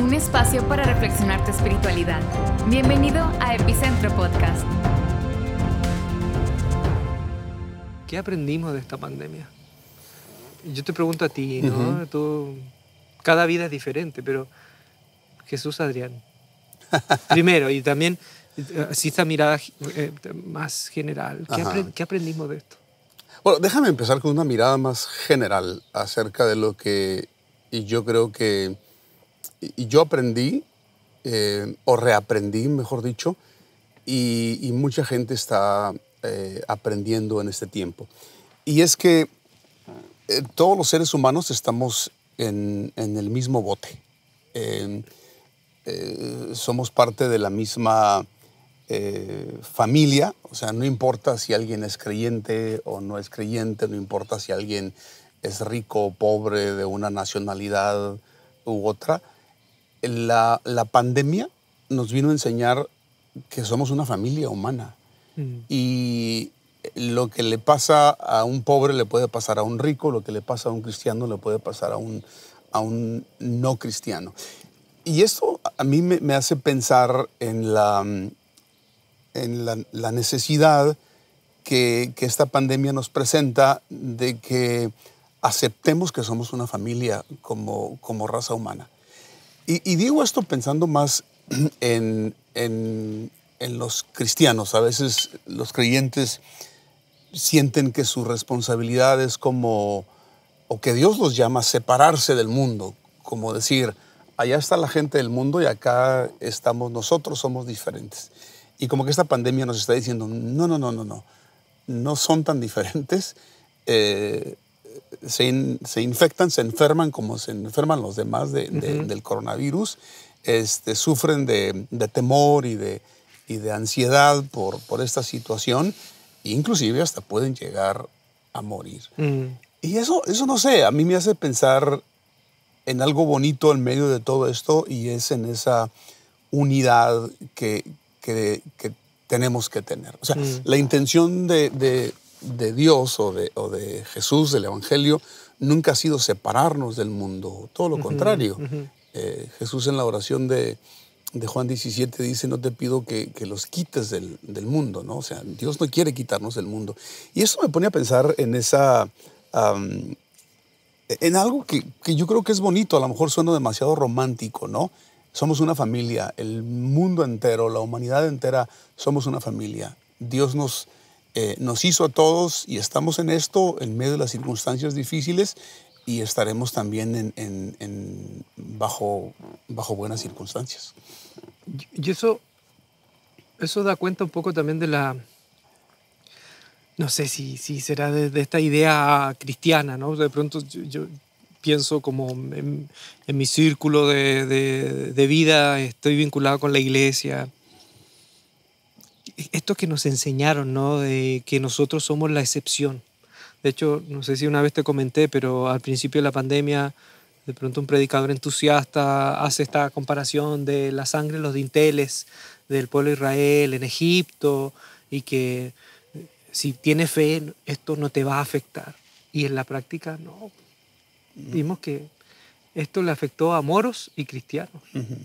un espacio para reflexionar tu espiritualidad. Bienvenido a Epicentro Podcast. ¿Qué aprendimos de esta pandemia? Yo te pregunto a ti, ¿no? Cada vida es diferente, pero Jesús, Adrián. Primero, y también así esta mirada más general. ¿Qué aprendimos de esto? Bueno, déjame empezar con una mirada más general acerca de lo que yo creo que yo aprendí, o reaprendí, mejor dicho, y mucha gente está aprendiendo en este tiempo. Y es que todos los seres humanos estamos en el mismo bote. Somos parte de la misma familia, o sea, no importa si alguien es creyente o no es creyente, no importa si alguien es rico o pobre, de una nacionalidad u otra. La pandemia nos vino a enseñar que somos una familia humana. Y lo que le pasa a un pobre le puede pasar a un rico, lo que le pasa a un cristiano le puede pasar a un no cristiano. Y esto a mí me hace pensar en la necesidad que esta pandemia nos presenta de que aceptemos que somos una familia como raza humana. Y digo esto pensando más en los cristianos. A veces los creyentes sienten que su responsabilidad es o que Dios los llama a separarse del mundo, como decir, allá está la gente del mundo y acá estamos nosotros, somos diferentes. Y como que esta pandemia nos está diciendo, no son tan diferentes. Se infectan, se enferman como se enferman los demás del coronavirus. Sufren de temor y de ansiedad por esta situación. Inclusive hasta pueden llegar a morir. Y eso no sé, a mí me hace pensar en algo bonito en medio de todo esto, y es en esa unidad que tenemos que tener. O sea, la intención de Dios o de Jesús, del Evangelio, nunca ha sido separarnos del mundo. Todo lo contrario. Jesús en la oración de Juan 17 dice, no te pido que los quites del mundo, ¿no? O sea, Dios no quiere quitarnos del mundo. Y eso me pone a pensar en en algo que yo creo que es bonito. A lo mejor suena demasiado romántico, ¿no? Somos una familia, el mundo entero, la humanidad entera, somos una familia. Dios nos hizo a todos y estamos en esto en medio de las circunstancias difíciles, y estaremos también bajo buenas circunstancias. Y eso da cuenta un poco también de no sé si será de esta idea cristiana, ¿no? De pronto yo pienso como en mi círculo de vida, estoy vinculado con la iglesia. Esto que nos enseñaron, ¿no? De que nosotros somos la excepción. De hecho, no sé si una vez te comenté, pero al principio de la pandemia, de pronto un predicador entusiasta hace esta comparación de la sangre en los dinteles del pueblo de Israel en Egipto, y que si tienes fe, esto no te va a afectar. Y en la práctica, no. Vimos que esto le afectó a moros y cristianos.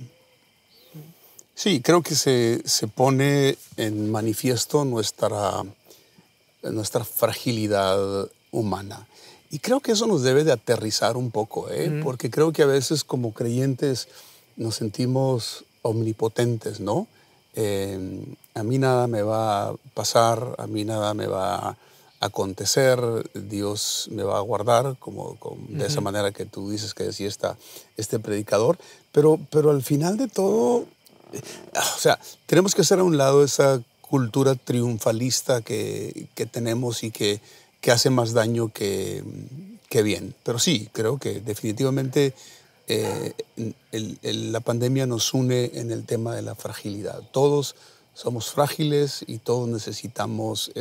Sí, creo que se pone en manifiesto nuestra fragilidad humana. Y creo que eso nos debe de aterrizar un poco, porque creo que a veces como creyentes nos sentimos omnipotentes, ¿no? A mí nada me va a pasar, a mí nada me va a acontecer, Dios me va a guardar, de esa manera que tú dices que decía este predicador. Pero al final de todo, o sea, tenemos que hacer a un lado esa cultura triunfalista que tenemos y que hace más daño que bien. Pero sí, creo que definitivamente la pandemia nos une en el tema de la fragilidad. Todos somos frágiles y todos necesitamos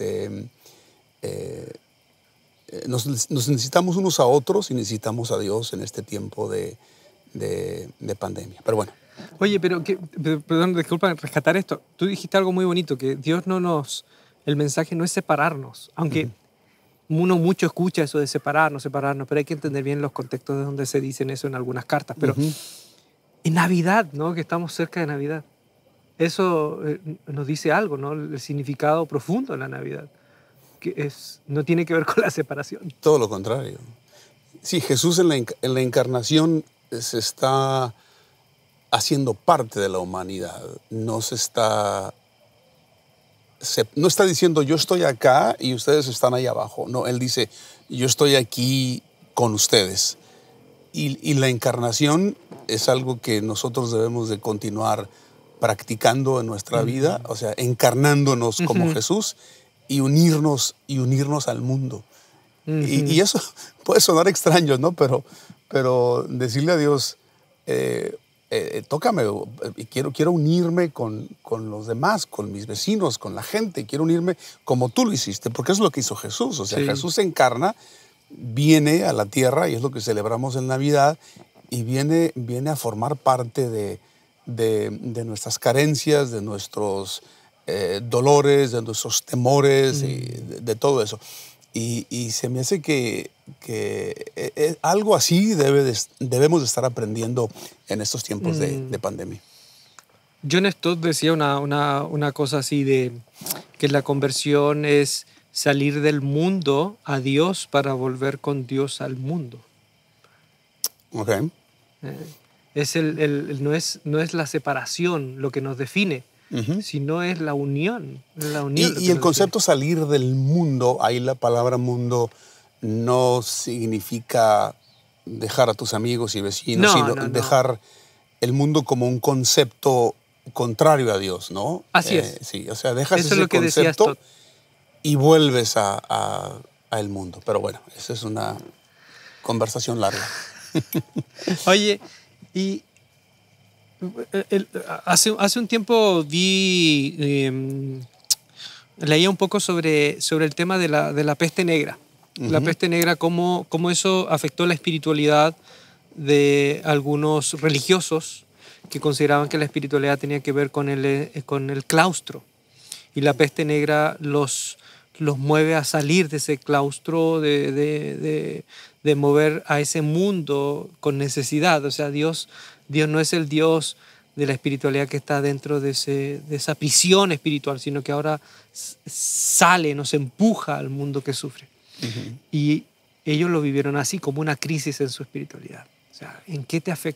nos necesitamos unos a otros, y necesitamos a Dios en este tiempo de pandemia. Pero bueno. Oye, perdón, disculpa rescatar esto. Tú dijiste algo muy bonito, que Dios el mensaje no es separarnos, aunque uno mucho escucha eso de separarnos, pero hay que entender bien los contextos de donde se dicen eso en algunas cartas. Pero en Navidad, ¿no? Que estamos cerca de Navidad. Eso nos dice algo, ¿no? El significado profundo de la Navidad, que no tiene que ver con la separación. Todo lo contrario. Sí, Jesús en la encarnación se está haciendo parte de la humanidad. No está diciendo yo estoy acá y ustedes están ahí abajo. No, Él dice yo estoy aquí con ustedes. Y la encarnación es algo que nosotros debemos de continuar practicando en nuestra vida, o sea, encarnándonos como Jesús y unirnos al mundo. Y eso puede sonar extraño, ¿no? Pero decirle a Dios, tócame, quiero unirme con los demás, con mis vecinos, con la gente, quiero unirme como tú lo hiciste, porque eso es lo que hizo Jesús. O sea, sí. Jesús se encarna, viene a la tierra, y es lo que celebramos en Navidad, y viene a formar parte de nuestras carencias, de nuestros dolores, de nuestros temores, y de todo eso. Y se me hace que algo así debemos de estar aprendiendo en estos tiempos de pandemia. John Stott decía una cosa así de que la conversión es salir del mundo a Dios para volver con Dios al mundo. Ok. No es la separación lo que nos define, sino es la unión. Y el concepto salir del mundo, ahí la palabra mundo no significa dejar a tus amigos y vecinos, sino dejar el mundo como un concepto contrario a Dios, ¿no? Así es. Sí, o sea, dejas eso ese es lo que concepto y vuelves a el mundo. Pero bueno, esa es una conversación larga. Oye, y hace un tiempo leía un poco sobre el tema de la peste negra. La peste negra, cómo eso afectó la espiritualidad de algunos religiosos que consideraban que la espiritualidad tenía que ver con el claustro. Y la peste negra los mueve a salir de ese claustro, de mover a ese mundo con necesidad. O sea, Dios no es el Dios de la espiritualidad que está dentro de esa prisión espiritual, sino que ahora sale, nos empuja al mundo que sufre. Y ellos lo vivieron así, como una crisis en su espiritualidad. O sea, ¿en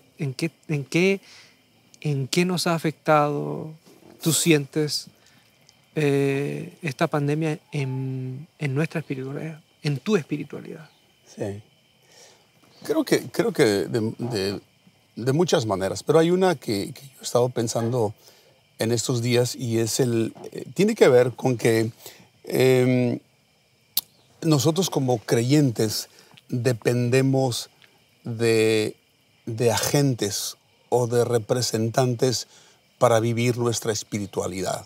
qué nos ha afectado, tú sientes, esta pandemia en nuestra espiritualidad, en tu espiritualidad? Sí. Creo que de muchas maneras, pero hay una que yo he estado pensando en estos días y tiene que ver con que nosotros como creyentes dependemos de agentes o de representantes para vivir nuestra espiritualidad.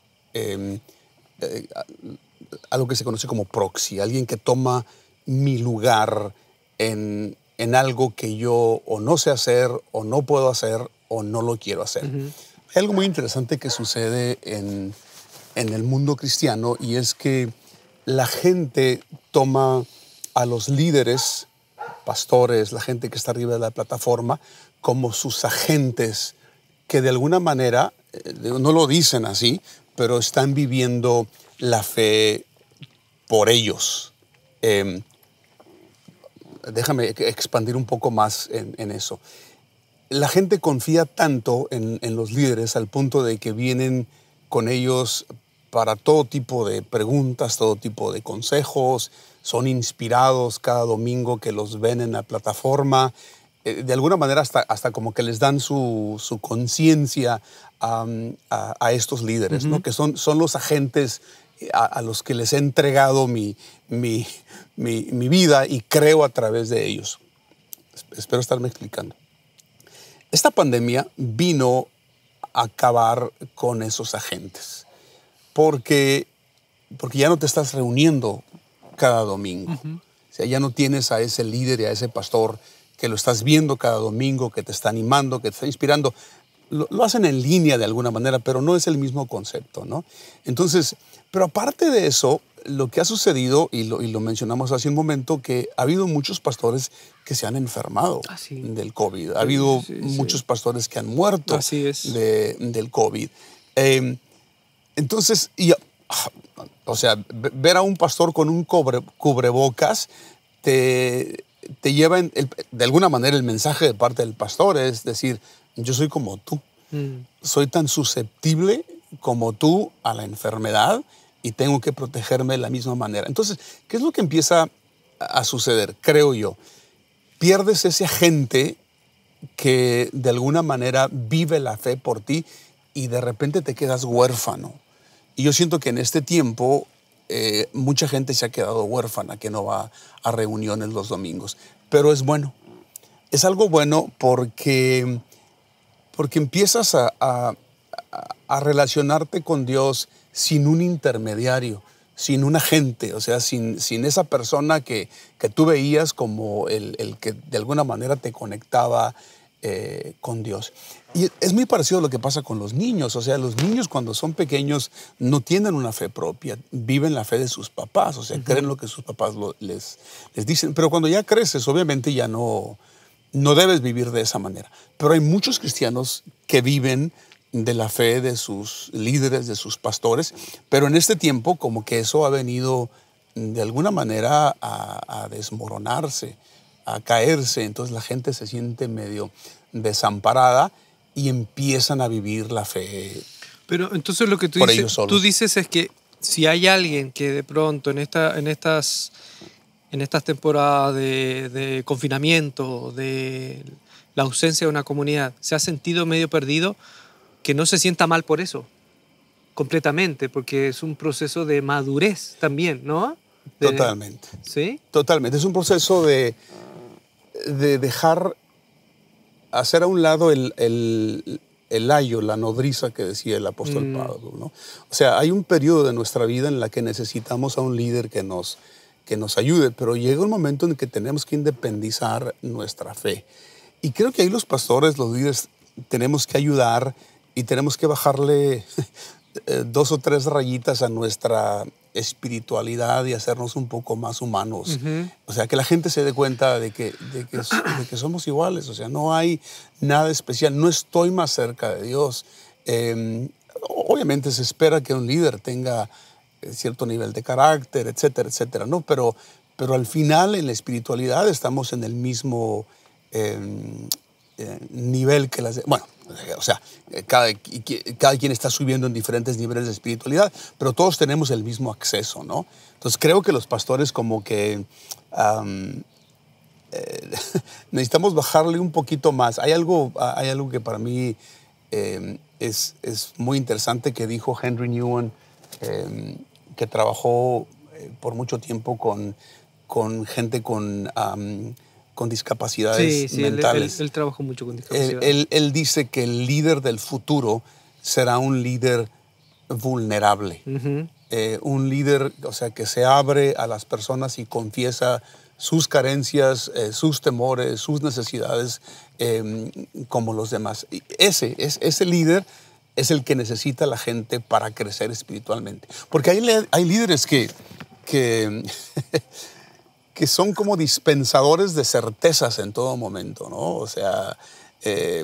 Algo que se conoce como proxy, alguien que toma mi lugar en algo que yo o no sé hacer, o no puedo hacer, o no lo quiero hacer. Hay algo muy interesante que sucede en el mundo cristiano, y es que la gente toma a los líderes, pastores, la gente que está arriba de la plataforma, como sus agentes que de alguna manera, no lo dicen así, pero están viviendo la fe por ellos. Déjame expandir un poco más en eso. La gente confía tanto en los líderes al punto de que vienen con ellos para todo tipo de preguntas, todo tipo de consejos, son inspirados cada domingo que los ven en la plataforma. De alguna manera hasta como que les dan su conciencia a estos líderes, ¿no? Que son los agentes a los que les he entregado mi vida y creo a través de ellos. Espero estarme explicando. Esta pandemia vino a acabar con esos agentes, porque ya no te estás reuniendo cada domingo. O sea, ya no tienes a ese líder y a ese pastor que lo estás viendo cada domingo, que te está animando, que te está inspirando. lo hacen en línea de alguna manera, pero no es el mismo concepto, ¿no? Entonces, pero aparte de eso, lo que ha sucedido, y lo mencionamos hace un momento, que ha habido muchos pastores que se han enfermado del COVID. Ha habido muchos pastores que han muerto del COVID. Entonces, o sea, ver a un pastor con un cubrebocas te lleva, de alguna manera, el mensaje de parte del pastor es decir, yo soy como tú. Soy tan susceptible como tú a la enfermedad y tengo que protegerme de la misma manera. Entonces, ¿qué es lo que empieza a suceder? Creo yo. Pierdes ese agente que de alguna manera vive la fe por ti y de repente te quedas huérfano. Y yo siento que en este tiempo mucha gente se ha quedado huérfana, que no va a reuniones los domingos. Pero es bueno. Es algo bueno porque empiezas a relacionarte con Dios sin un intermediario, sin un agente, o sea, sin esa persona que tú veías como el que de alguna manera te conectaba con Dios. Y es muy parecido a lo que pasa con los niños. O sea, los niños cuando son pequeños no tienen una fe propia, viven la fe de sus papás, o sea, creen lo que sus papás les dicen. Pero cuando ya creces, obviamente ya no debes vivir de esa manera. Pero hay muchos cristianos que viven de la fe de sus líderes, de sus pastores, pero en este tiempo como que eso ha venido de alguna manera a desmoronarse, a caerse. Entonces la gente se siente medio desamparada y empiezan a vivir la fe. Pero entonces lo que tú dices es que si hay alguien que de pronto en estas temporadas de confinamiento, de la ausencia de una comunidad, se ha sentido medio perdido, que no se sienta mal por eso, completamente, porque es un proceso de madurez también, ¿no? Totalmente. ¿Sí? Totalmente. Es un proceso de dejar, hacer a un lado el ayo, la nodriza que decía el apóstol Pablo, ¿no? O sea, hay un periodo de nuestra vida en la que necesitamos a un líder que nos ayude, pero llega un momento en que tenemos que independizar nuestra fe. Y creo que ahí los pastores, los líderes, tenemos que ayudar y tenemos que bajarle 2 o 3 rayitas a nuestra espiritualidad y hacernos un poco más humanos. O sea, que la gente se dé cuenta de que somos iguales. O sea, no hay nada especial. No estoy más cerca de Dios. Obviamente se espera que un líder tenga cierto nivel de carácter, etcétera, etcétera, ¿no? Pero al final en la espiritualidad estamos en el mismo nivel que las... Bueno, o sea, cada quien está subiendo en diferentes niveles de espiritualidad, pero todos tenemos el mismo acceso, ¿no? Entonces creo que los pastores como que necesitamos bajarle un poquito más. Hay algo que para mí es muy interesante que dijo Henry Nouwen, que trabajó por mucho tiempo con gente con discapacidades mentales. Él trabajó mucho con discapacidades. Él dice que el líder del futuro será un líder vulnerable. Un líder, o sea, que se abre a las personas y confiesa sus carencias, sus temores, sus necesidades como los demás. Y ese líder es el que necesita la gente para crecer espiritualmente. Porque hay líderes que son como dispensadores de certezas en todo momento, ¿no? O sea, que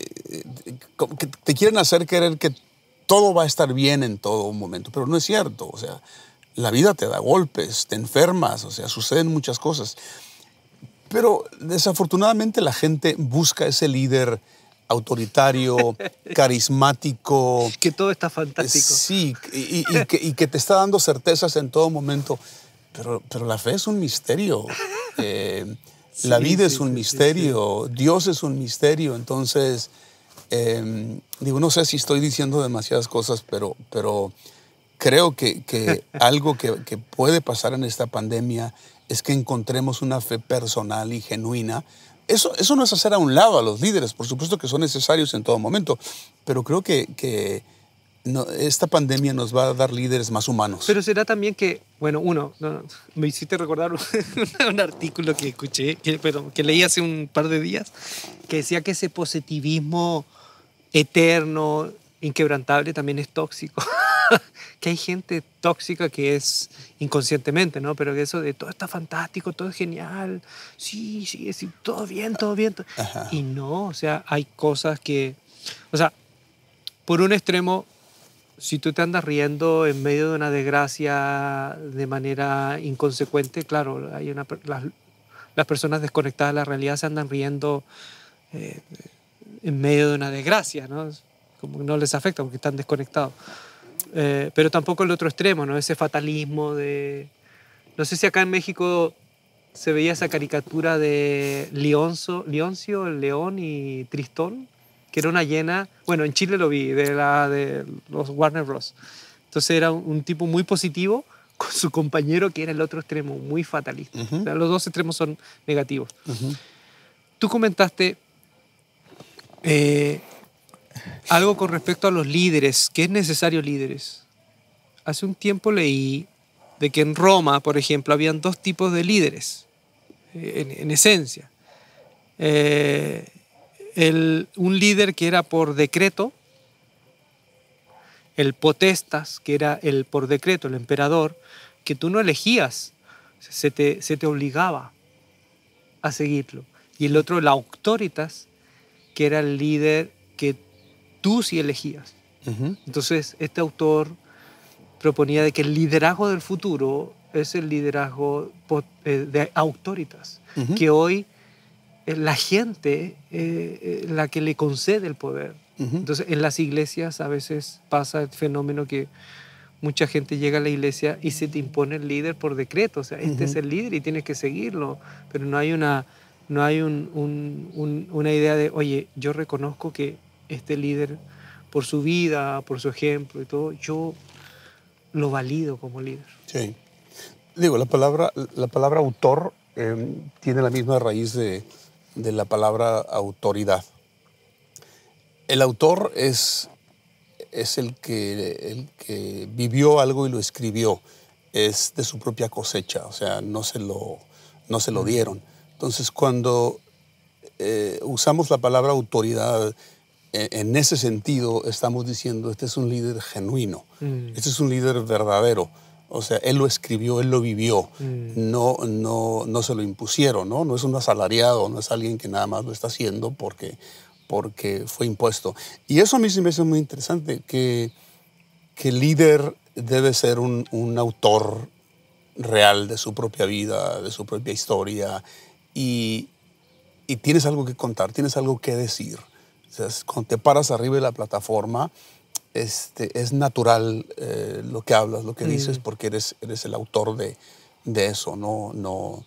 te quieren hacer creer que todo va a estar bien en todo momento, pero no es cierto. O sea, la vida te da golpes, te enfermas, o sea, suceden muchas cosas. Pero desafortunadamente la gente busca ese líder autoritario, carismático. Que todo está fantástico. Sí, y que te está dando certezas en todo momento. Pero la fe es un misterio. La vida es un misterio. Dios es un misterio. Entonces, no sé si estoy diciendo demasiadas cosas, pero creo que algo que puede pasar en esta pandemia es que encontremos una fe personal y genuina. Eso no es hacer a un lado a los líderes, por supuesto que son necesarios en todo momento, pero creo que esta pandemia nos va a dar líderes más humanos. Pero será también que, bueno, me hiciste recordar un artículo que escuché, que leí hace un par de días, que decía que ese positivismo eterno, inquebrantable, también es tóxico. Que hay gente tóxica que es inconscientemente, ¿no? Pero que eso de todo está fantástico, todo es genial, sí, todo bien, todo bien. Ajá. Y no, o sea, hay cosas que... O sea, por un extremo, si tú te andas riendo en medio de una desgracia de manera inconsecuente, claro, las personas desconectadas de la realidad se andan riendo en medio de una desgracia, ¿no? Como que no les afecta porque están desconectados. Pero tampoco el otro extremo, ¿no? Ese fatalismo de... No sé si acá en México se veía esa caricatura de Leoncio, el león y Tristón, que era una hiena. Bueno, en Chile lo vi, de los Warner Bros. Entonces era un tipo muy positivo con su compañero que era el otro extremo, muy fatalista. Uh-huh. O sea, los dos extremos son negativos. Uh-huh. Tú comentaste algo con respecto a los líderes, que es necesario líderes. Hace un tiempo leí de que en Roma, por ejemplo, habían dos tipos de líderes, en esencia. Un líder que era por decreto, el potestas, que era el por decreto, el emperador, que tú no elegías, se te obligaba a seguirlo. Y el otro, el auctoritas, que era el líder que tú sí elegías. Uh-huh. Entonces, este autor proponía de que el liderazgo del futuro es el liderazgo de auctoritas, uh-huh. que hoy la gente la que le concede el poder. Uh-huh. Entonces, en las iglesias a veces pasa el fenómeno que mucha gente llega a la iglesia y se te impone el líder por decreto. O sea, este es el líder y tienes que seguirlo, pero no hay una idea de, oye, yo reconozco que este líder, por su vida, por su ejemplo y todo, yo lo valido como líder. Sí. Digo, la palabra autor tiene la misma raíz de la palabra autoridad. El autor es el que vivió algo y lo escribió. Es de su propia cosecha, o sea, no se lo dieron. Entonces, cuando usamos la palabra autoridad, en ese sentido estamos diciendo, este es un líder genuino, este es un líder verdadero. O sea, él lo escribió, él lo vivió, no se lo impusieron, ¿no? No es un asalariado, no es alguien que nada más lo está haciendo porque fue impuesto. Y eso a mí sí me hace muy interesante, que el líder debe ser un autor real de su propia vida, de su propia historia, y tienes algo que contar, tienes algo que decir. O sea, cuando te paras arriba de la plataforma, es natural lo que hablas, lo que dices, porque eres el autor de eso, no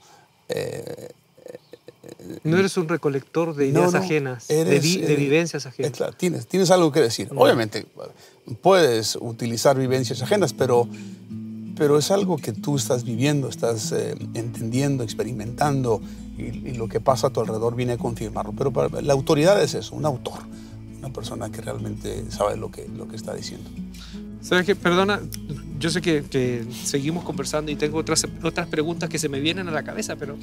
eres un recolector de ideas ajenas, de vivencias ajenas. Claro, tienes algo que decir. Obviamente, puedes utilizar vivencias ajenas, pero es algo que tú estás viviendo, estás entendiendo, experimentando, y lo que pasa a tu alrededor viene a confirmarlo. Pero la autoridad es eso, un autor, una persona que realmente sabe lo que está diciendo. ¿Sabes qué? Perdona, yo sé que seguimos conversando y tengo otras preguntas que se me vienen a la cabeza, pero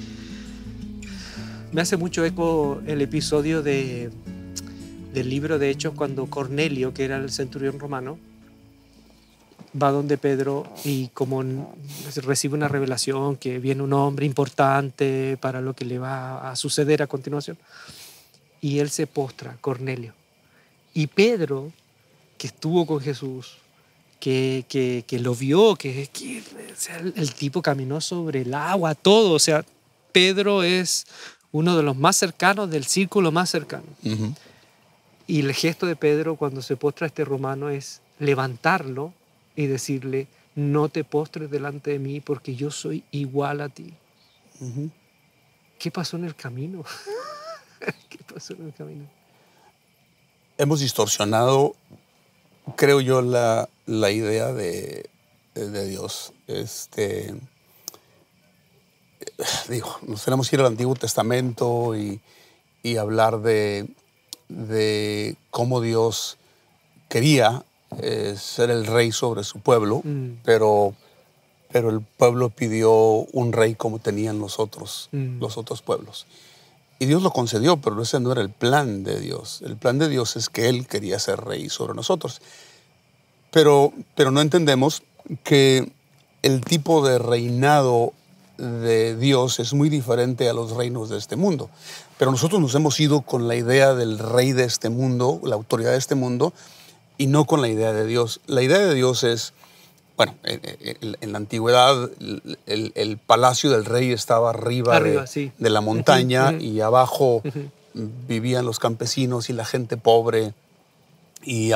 me hace mucho eco el episodio del libro de Hechos, cuando Cornelio, que era el centurión romano, va donde Pedro y como recibe una revelación que viene un hombre importante para lo que le va a suceder a continuación. Y él se postra, Cornelio. Y Pedro, que estuvo con Jesús, que lo vio, que o sea, el tipo caminó sobre el agua, todo. O sea, Pedro es uno de los más cercanos, del círculo más cercano. Uh-huh. Y el gesto de Pedro cuando se postra a este romano es levantarlo y decirle, no te postres delante de mí porque yo soy igual a ti. Uh-huh. ¿Qué pasó en el camino? ¿Qué pasó en el camino? Hemos distorsionado, creo yo, la idea de Dios. Nos tenemos que ir al Antiguo Testamento y hablar de cómo Dios quería ser el rey sobre su pueblo, pero el pueblo pidió un rey como tenían los otros pueblos. Y Dios lo concedió, pero ese no era el plan de Dios. El plan de Dios es que Él quería ser rey sobre nosotros. Pero no entendemos que el tipo de reinado de Dios es muy diferente a los reinos de este mundo. Pero nosotros nos hemos ido con la idea del rey de este mundo, la autoridad de este mundo, y no con la idea de Dios. La idea de Dios es, bueno, en la antigüedad el palacio del rey estaba arriba sí, de la montaña y abajo vivían los campesinos y la gente pobre. Y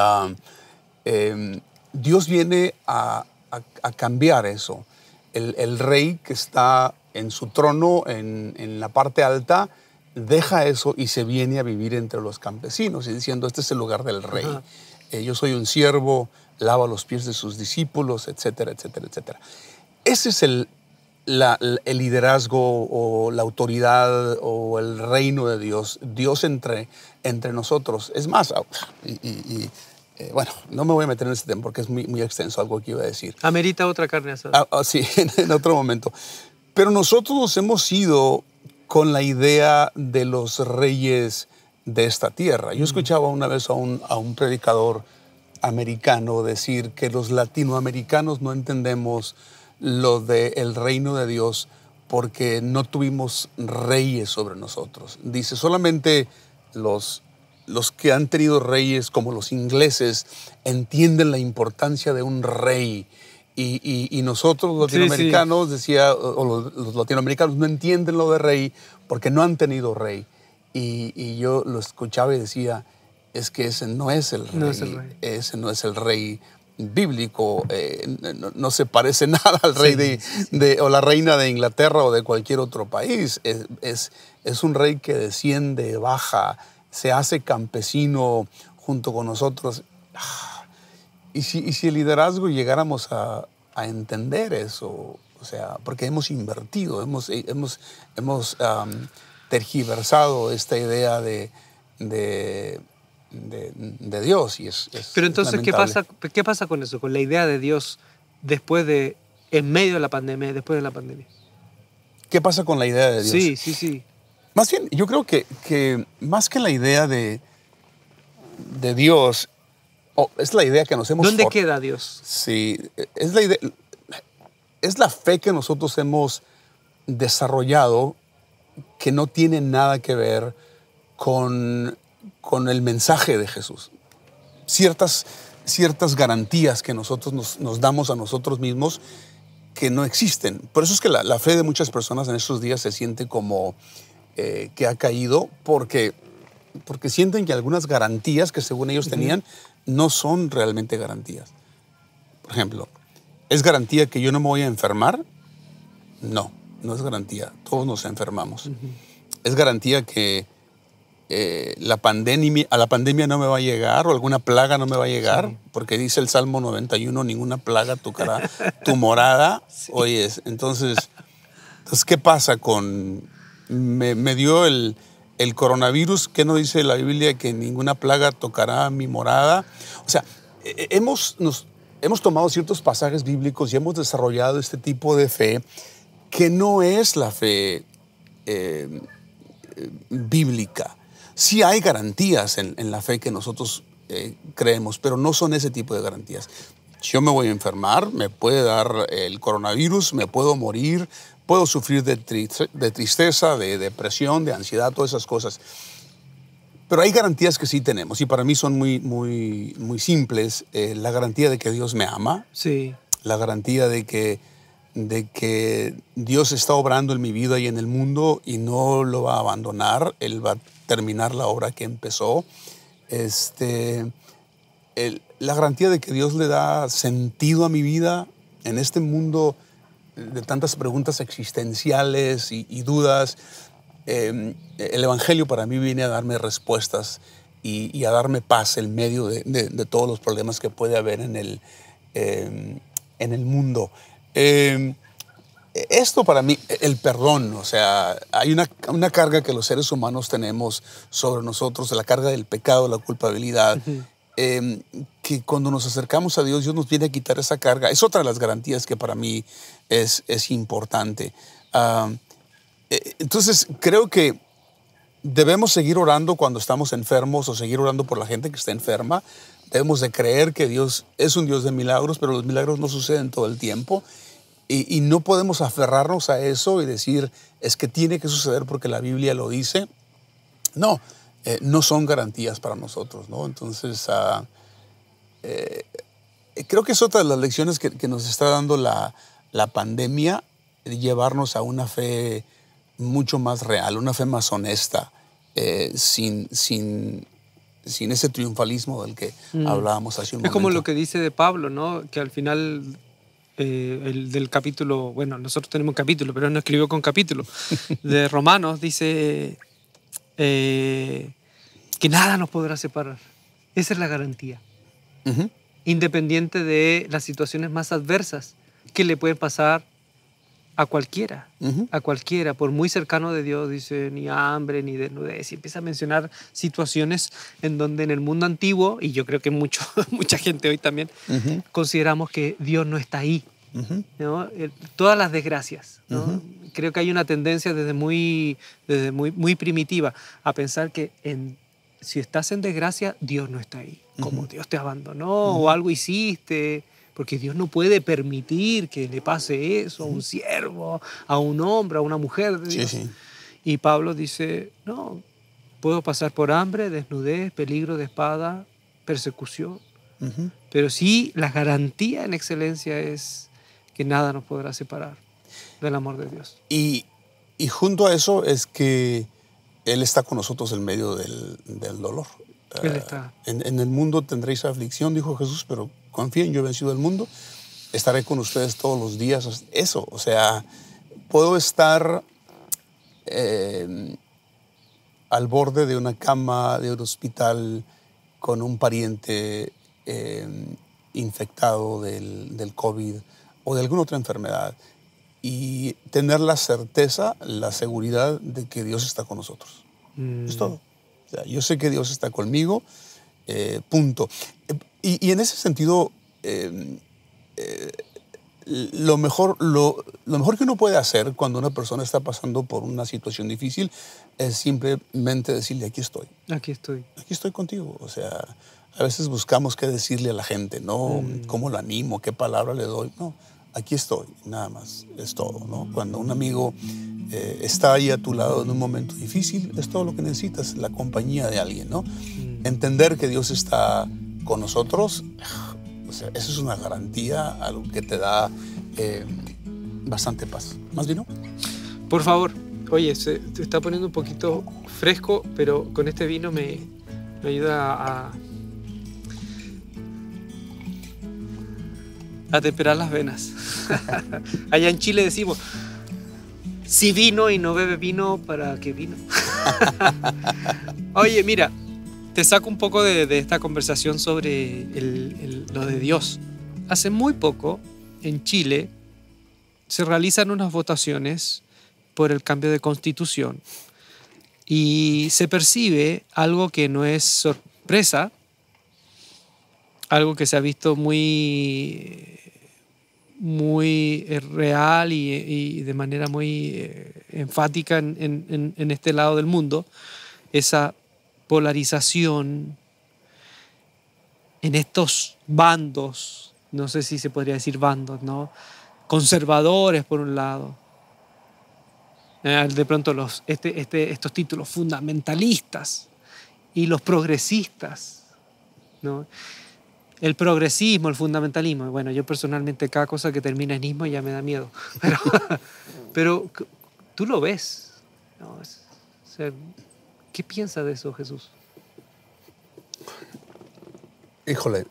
Dios viene a cambiar eso. El rey que está en su trono, en la parte alta, deja eso y se viene a vivir entre los campesinos y diciendo, este es el lugar del rey. Yo soy un siervo, lava los pies de sus discípulos, etcétera, etcétera, etcétera. Ese es el liderazgo o la autoridad o el reino de Dios, Dios entre nosotros. Es más, bueno, no me voy a meter en ese tema porque es muy extenso algo que iba a decir. Amerita otra carne asada. Sí, en otro momento. Pero nosotros nos hemos ido con la idea de los reyes de esta tierra. Yo escuchaba una vez a un predicador americano decir que los latinoamericanos no entendemos lo del reino de Dios porque no tuvimos reyes sobre nosotros. Dice, solamente los que han tenido reyes como los ingleses entienden la importancia de un rey. Y nosotros los latinoamericanos, decía, o los latinoamericanos no entienden lo de rey porque no han tenido rey. Y yo lo escuchaba y decía, es que ese no es el rey. No es el rey. Ese no es el rey bíblico. No se parece nada al rey o la reina de Inglaterra o de cualquier otro país. Es un rey que desciende, baja, se hace campesino junto con nosotros. Y si el liderazgo llegáramos a entender eso, o sea, porque hemos invertido, hemos tergiversado esta idea de Dios y es Pero entonces, lamentable. ¿qué pasa con eso? Con la idea de Dios en medio de la pandemia, después de la pandemia. ¿Qué pasa con la idea de Dios? Sí. Más bien, yo creo que más que la idea de Dios, es la idea que nos hemos... ¿Dónde queda Dios? Sí, es la idea, es la fe que nosotros hemos desarrollado que no tiene nada que ver con el mensaje de Jesús. Ciertas garantías que nosotros nos damos a nosotros mismos que no existen. Por eso es que la fe de muchas personas en estos días se siente como que ha caído porque sienten que algunas garantías que según ellos tenían no son realmente garantías. Por ejemplo, ¿es garantía que yo no me voy a enfermar? No es garantía. Todos nos enfermamos. ¿Es garantía que a la pandemia no me va a llegar o alguna plaga no me va a llegar? Sí. Porque dice el Salmo 91, ninguna plaga tocará tu morada. Sí. Oye, entonces, ¿qué pasa con... Me dio el coronavirus? ¿Qué no dice la Biblia que ninguna plaga tocará mi morada? O sea, hemos tomado ciertos pasajes bíblicos y hemos desarrollado este tipo de fe que no es la fe bíblica. Sí hay garantías en la fe que nosotros creemos, pero no son ese tipo de garantías. Yo me voy a enfermar, me puede dar el coronavirus, me puedo morir, puedo sufrir de tristeza, de depresión, de ansiedad, todas esas cosas. Pero hay garantías que sí tenemos y para mí son muy, muy, muy simples. La garantía de que Dios me ama, sí. La garantía de que Dios está obrando en mi vida y en el mundo y no lo va a abandonar. Él va a terminar la obra que empezó. La garantía de que Dios le da sentido a mi vida en este mundo de tantas preguntas existenciales y dudas. El Evangelio para mí viene a darme respuestas y a darme paz en medio de todos los problemas que puede haber en el mundo. Esto para mí, el perdón, o sea, hay una carga que los seres humanos tenemos sobre nosotros, la carga del pecado, la culpabilidad, que cuando nos acercamos a Dios, Dios nos viene a quitar esa carga. Es otra de las garantías que para mí es importante. Entonces, creo que debemos seguir orando cuando estamos enfermos o seguir orando por la gente que está enferma. Debemos de creer que Dios es un Dios de milagros, pero los milagros no suceden todo el tiempo. Y no podemos aferrarnos a eso y decir, es que tiene que suceder porque la Biblia lo dice. No, no son garantías para nosotros, ¿no? Entonces, creo que es otra de las lecciones que nos está dando la pandemia, llevarnos a una fe mucho más real, una fe más honesta, sin ese triunfalismo del que hablábamos hace un momento. Es como lo que dice de Pablo, ¿no? Que al final el del capítulo, bueno, nosotros tenemos un capítulo, pero él no escribió con capítulo, de Romanos, dice que nada nos podrá separar. Esa es la garantía. Uh-huh. Independiente de las situaciones más adversas que le pueden pasar a cualquiera, por muy cercano de Dios, dice, ni hambre, ni desnudez, y empieza a mencionar situaciones en donde en el mundo antiguo, y yo creo que mucha gente hoy también, consideramos que Dios no está ahí, ¿no? Todas las desgracias, ¿no? Creo que hay una tendencia desde muy primitiva a pensar que si estás en desgracia, Dios no está ahí, como Dios te abandonó o algo hiciste. Porque Dios no puede permitir que le pase eso a un siervo, a un hombre, a una mujer de Dios. Sí. Y Pablo dice, no, puedo pasar por hambre, desnudez, peligro de espada, persecución. Pero sí, la garantía en excelencia es que nada nos podrá separar del amor de Dios. Y junto a eso es que Él está con nosotros en medio del dolor. Él está. En el mundo tendréis aflicción, dijo Jesús, pero confíen, yo he vencido el mundo, estaré con ustedes todos los días. Eso, o sea, puedo estar al borde de una cama de un hospital con un pariente infectado del COVID o de alguna otra enfermedad y tener la certeza, la seguridad de que Dios está con nosotros. Es todo. O sea, yo sé que Dios está conmigo, punto. Y en ese sentido, lo mejor que uno puede hacer cuando una persona está pasando por una situación difícil es simplemente decirle, aquí estoy. Aquí estoy. Aquí estoy contigo. O sea, a veces buscamos qué decirle a la gente, ¿no? ¿Cómo lo animo? ¿Qué palabra le doy? No, aquí estoy, nada más, es todo, ¿no? Cuando un amigo está ahí a tu lado en un momento difícil, es todo lo que necesitas, la compañía de alguien, ¿no? Entender que Dios está con nosotros, o sea, eso es una garantía, algo que te da bastante paz. ¿Más vino? Por favor. Oye, se está poniendo un poquito fresco, pero con este vino me ayuda a temperar las venas. Allá en Chile decimos, si vino y no bebe vino, ¿para qué vino? Oye, mira, te saco un poco de esta conversación sobre lo de Dios. Hace muy poco, en Chile, se realizan unas votaciones por el cambio de constitución y se percibe algo que no es sorpresa, algo que se ha visto muy real y de manera muy enfática en este lado del mundo, esa polarización en estos bandos, no sé si se podría decir bandos, ¿no? Conservadores por un lado, de pronto estos títulos fundamentalistas y los progresistas, ¿no? El progresismo, el fundamentalismo. Bueno, yo personalmente cada cosa que termina en ismo ya me da miedo. Pero tú lo ves, ¿no? O sea, ¿qué piensas de eso, Jesús? Híjole,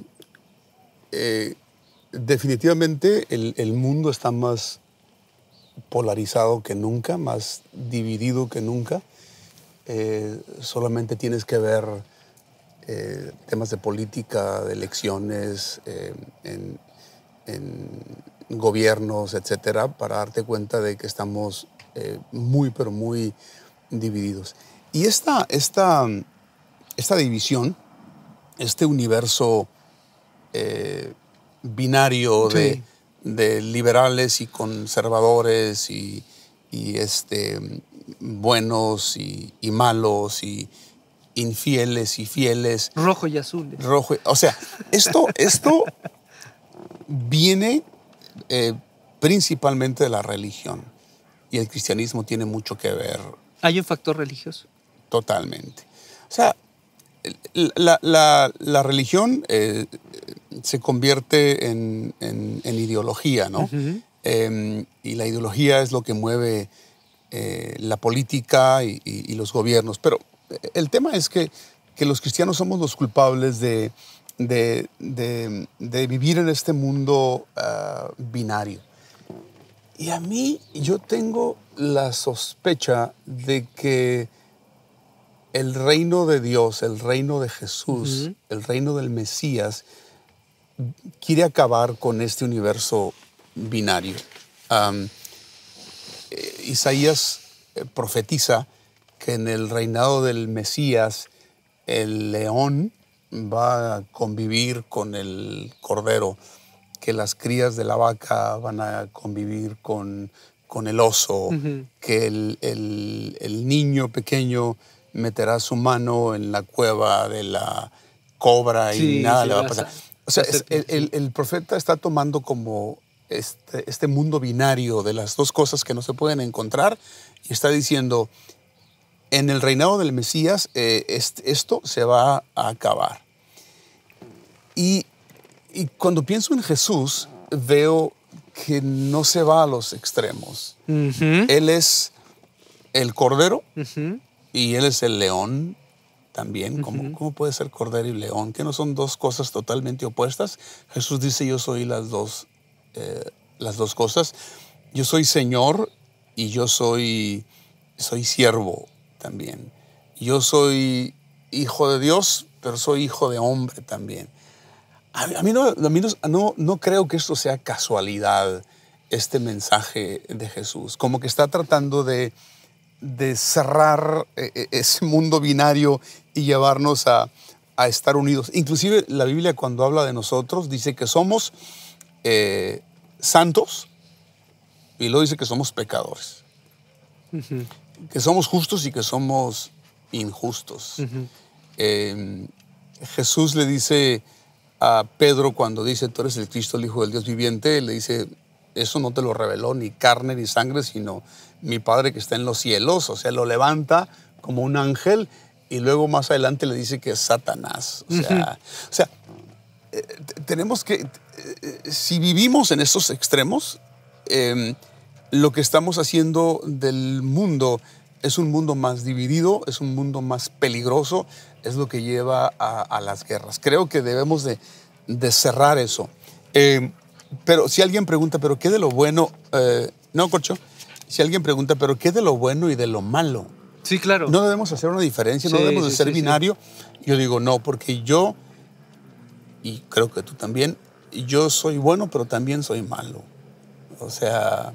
definitivamente el mundo está más polarizado que nunca, más dividido que nunca. Solamente tienes que ver temas de política, de elecciones, en gobiernos, etcétera, para darte cuenta de que estamos muy, pero muy divididos. Y esta división, este universo binario Sí. de liberales y conservadores y buenos y malos y infieles y fieles. Rojo y azules. O sea, esto viene principalmente de la religión. Y el cristianismo tiene mucho que ver. ¿Hay un factor religioso? Totalmente. O sea, la religión se convierte en ideología, ¿no? Uh-huh. Y la ideología es lo que mueve la política y los gobiernos. Pero el tema es que los cristianos somos los culpables de vivir en este mundo binario. Y a mí, yo tengo la sospecha de que el reino de Dios, el reino de Jesús, uh-huh, el reino del Mesías, quiere acabar con este universo binario. Isaías profetiza que en el reinado del Mesías el león va a convivir con el cordero, que las crías de la vaca van a convivir con el oso, uh-huh, que el niño pequeño meterá su mano en la cueva de la cobra y nada le va a pasar. O sea, el profeta está tomando como este mundo binario de las dos cosas que no se pueden encontrar y está diciendo, en el reinado del Mesías esto se va a acabar. Y cuando pienso en Jesús, veo que no se va a los extremos. Uh-huh. Él es el cordero, uh-huh, y él es el león también. Uh-huh. ¿Cómo puede ser cordero y león? ¿Que no son dos cosas totalmente opuestas? Jesús dice, yo soy las dos cosas. Yo soy Señor y yo soy siervo también. Yo soy hijo de Dios, pero soy hijo de hombre también. A mí no creo que esto sea casualidad, este mensaje de Jesús. Como que está tratando de cerrar ese mundo binario y llevarnos a estar unidos. Inclusive la Biblia, cuando habla de nosotros, dice que somos santos y luego dice que somos pecadores. Uh-huh. Que somos justos y que somos injustos. Uh-huh. Jesús le dice a Pedro, cuando dice, tú eres el Cristo, el Hijo del Dios viviente, le dice, eso no te lo reveló ni carne ni sangre, sino mi Padre que está en los cielos. O sea, lo levanta como un ángel y luego más adelante le dice que es Satanás. O sea, tenemos que, si vivimos en estos extremos, lo que estamos haciendo del mundo es un mundo más dividido, es un mundo más peligroso, es lo que lleva a las guerras. Creo que debemos de cerrar eso. Pero si alguien pregunta, ¿pero qué de lo bueno? No, Corcho. Si alguien pregunta, ¿pero qué de lo bueno y de lo malo? Sí, claro. ¿No debemos hacer una diferencia? ¿No debemos de ser binario? Sí. Yo digo, no, porque yo, y creo que tú también, yo soy bueno, pero también soy malo. O sea,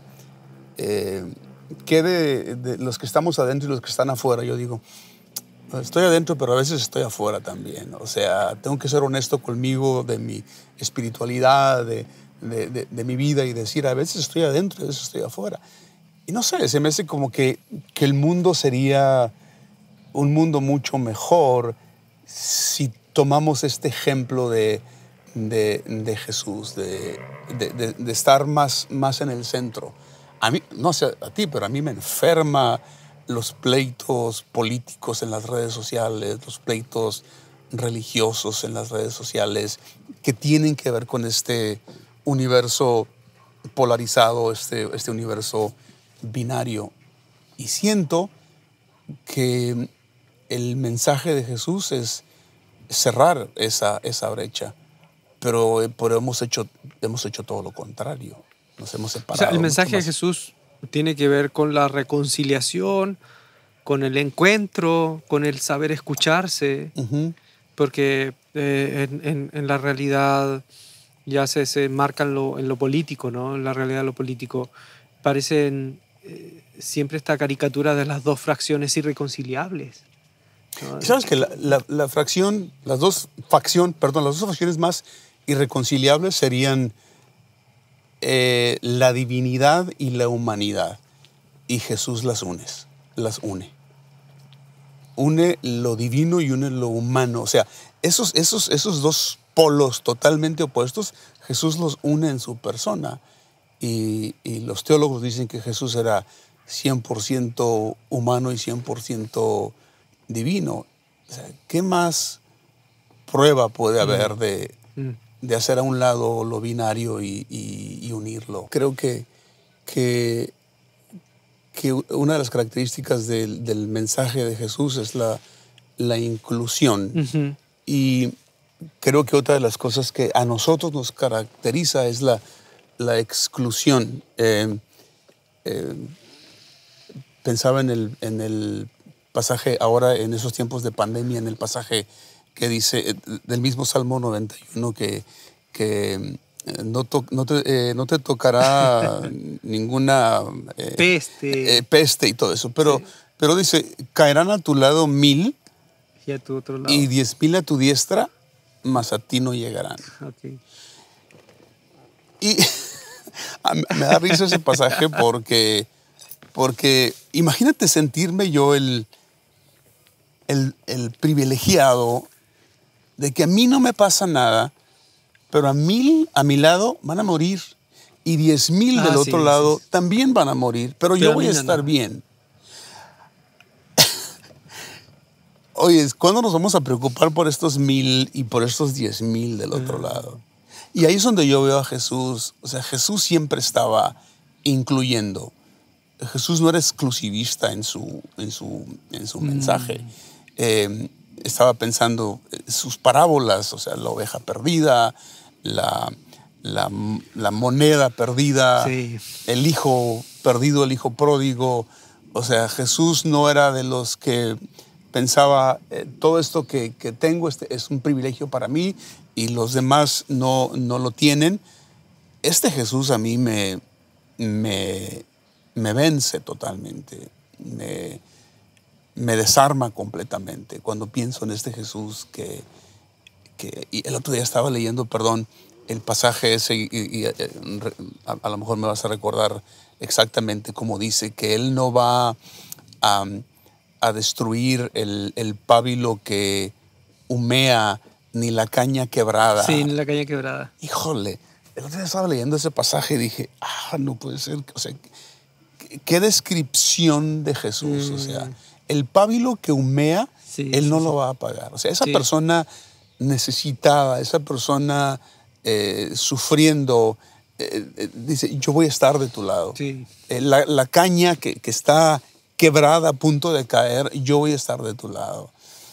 ¿qué de los que estamos adentro y los que están afuera? Yo digo, estoy adentro, pero a veces estoy afuera también. O sea, tengo que ser honesto conmigo de mi espiritualidad, de mi vida y decir, a veces estoy adentro y a veces estoy afuera. Y no sé, se me hace como que el mundo sería un mundo mucho mejor si tomamos este ejemplo de Jesús, de estar más en el centro. A mí, no sé a ti, pero a mí me enferma los pleitos políticos en las redes sociales, los pleitos religiosos en las redes sociales que tienen que ver con este universo polarizado, este universo binario. Y siento que el mensaje de Jesús es cerrar esa brecha, pero hemos hecho todo lo contrario. Nos hemos separado. O sea, el mensaje de Jesús tiene que ver con la reconciliación, con el encuentro, con el saber escucharse, uh-huh, porque en la realidad ya se marca en lo político, ¿no? En la realidad de lo político parecen siempre esta caricatura de las dos fracciones irreconciliables, ¿no? ¿Y sabes que las dos facciones más irreconciliables serían la divinidad y la humanidad? Y Jesús las une. las une. Une lo divino y une lo humano. O sea, esos dos polos totalmente opuestos, Jesús los une en su persona. Y los teólogos dicen que Jesús era 100% humano y 100% divino. O sea, ¿qué más prueba puede haber de hacer a un lado lo binario y unirlo? Creo que una de las características del mensaje de Jesús es la inclusión. Ujú. Y creo que otra de las cosas que a nosotros nos caracteriza es la exclusión. Pensaba en el pasaje ahora, en esos tiempos de pandemia, en el pasaje que dice del mismo Salmo 91 que no te tocará ninguna peste y todo eso. Pero dice, caerán a tu lado 1000 y a tu otro lado. y 10,000 a tu diestra, mas a ti no llegarán. Okay. Y me da risa ese pasaje porque imagínate sentirme yo el privilegiado de que a mí no me pasa nada, pero a 1000 a mi lado van a morir y 10,000 del otro lado también van a morir, pero yo voy a estar bien. Oye, ¿cuándo nos vamos a preocupar por estos 1000 y por estos 10,000 del otro lado? Y ahí es donde yo veo a Jesús. O sea, Jesús siempre estaba incluyendo. Jesús no era exclusivista en su mensaje. Estaba pensando sus parábolas, o sea, la oveja perdida, la moneda perdida, el hijo perdido, el hijo pródigo. O sea, Jesús no era de los que pensaba, todo esto que tengo es un privilegio para mí y los demás no lo tienen. Este Jesús a mí me vence totalmente, me desarma completamente cuando pienso en este Jesús y el otro día estaba leyendo, el pasaje ese y a lo mejor me vas a recordar exactamente cómo dice que Él no va a destruir el pábilo que humea ni la caña quebrada. Sí, ni la caña quebrada. Híjole, el otro día estaba leyendo ese pasaje y dije, no puede ser. O sea, qué descripción de Jesús. O sea, el pábilo que humea, Él no lo va a apagar. O sea, esa persona necesitada, esa persona sufriendo, dice, yo voy a estar de tu lado. Sí. La caña que está quebrada, a punto de caer, yo voy a estar de tu lado.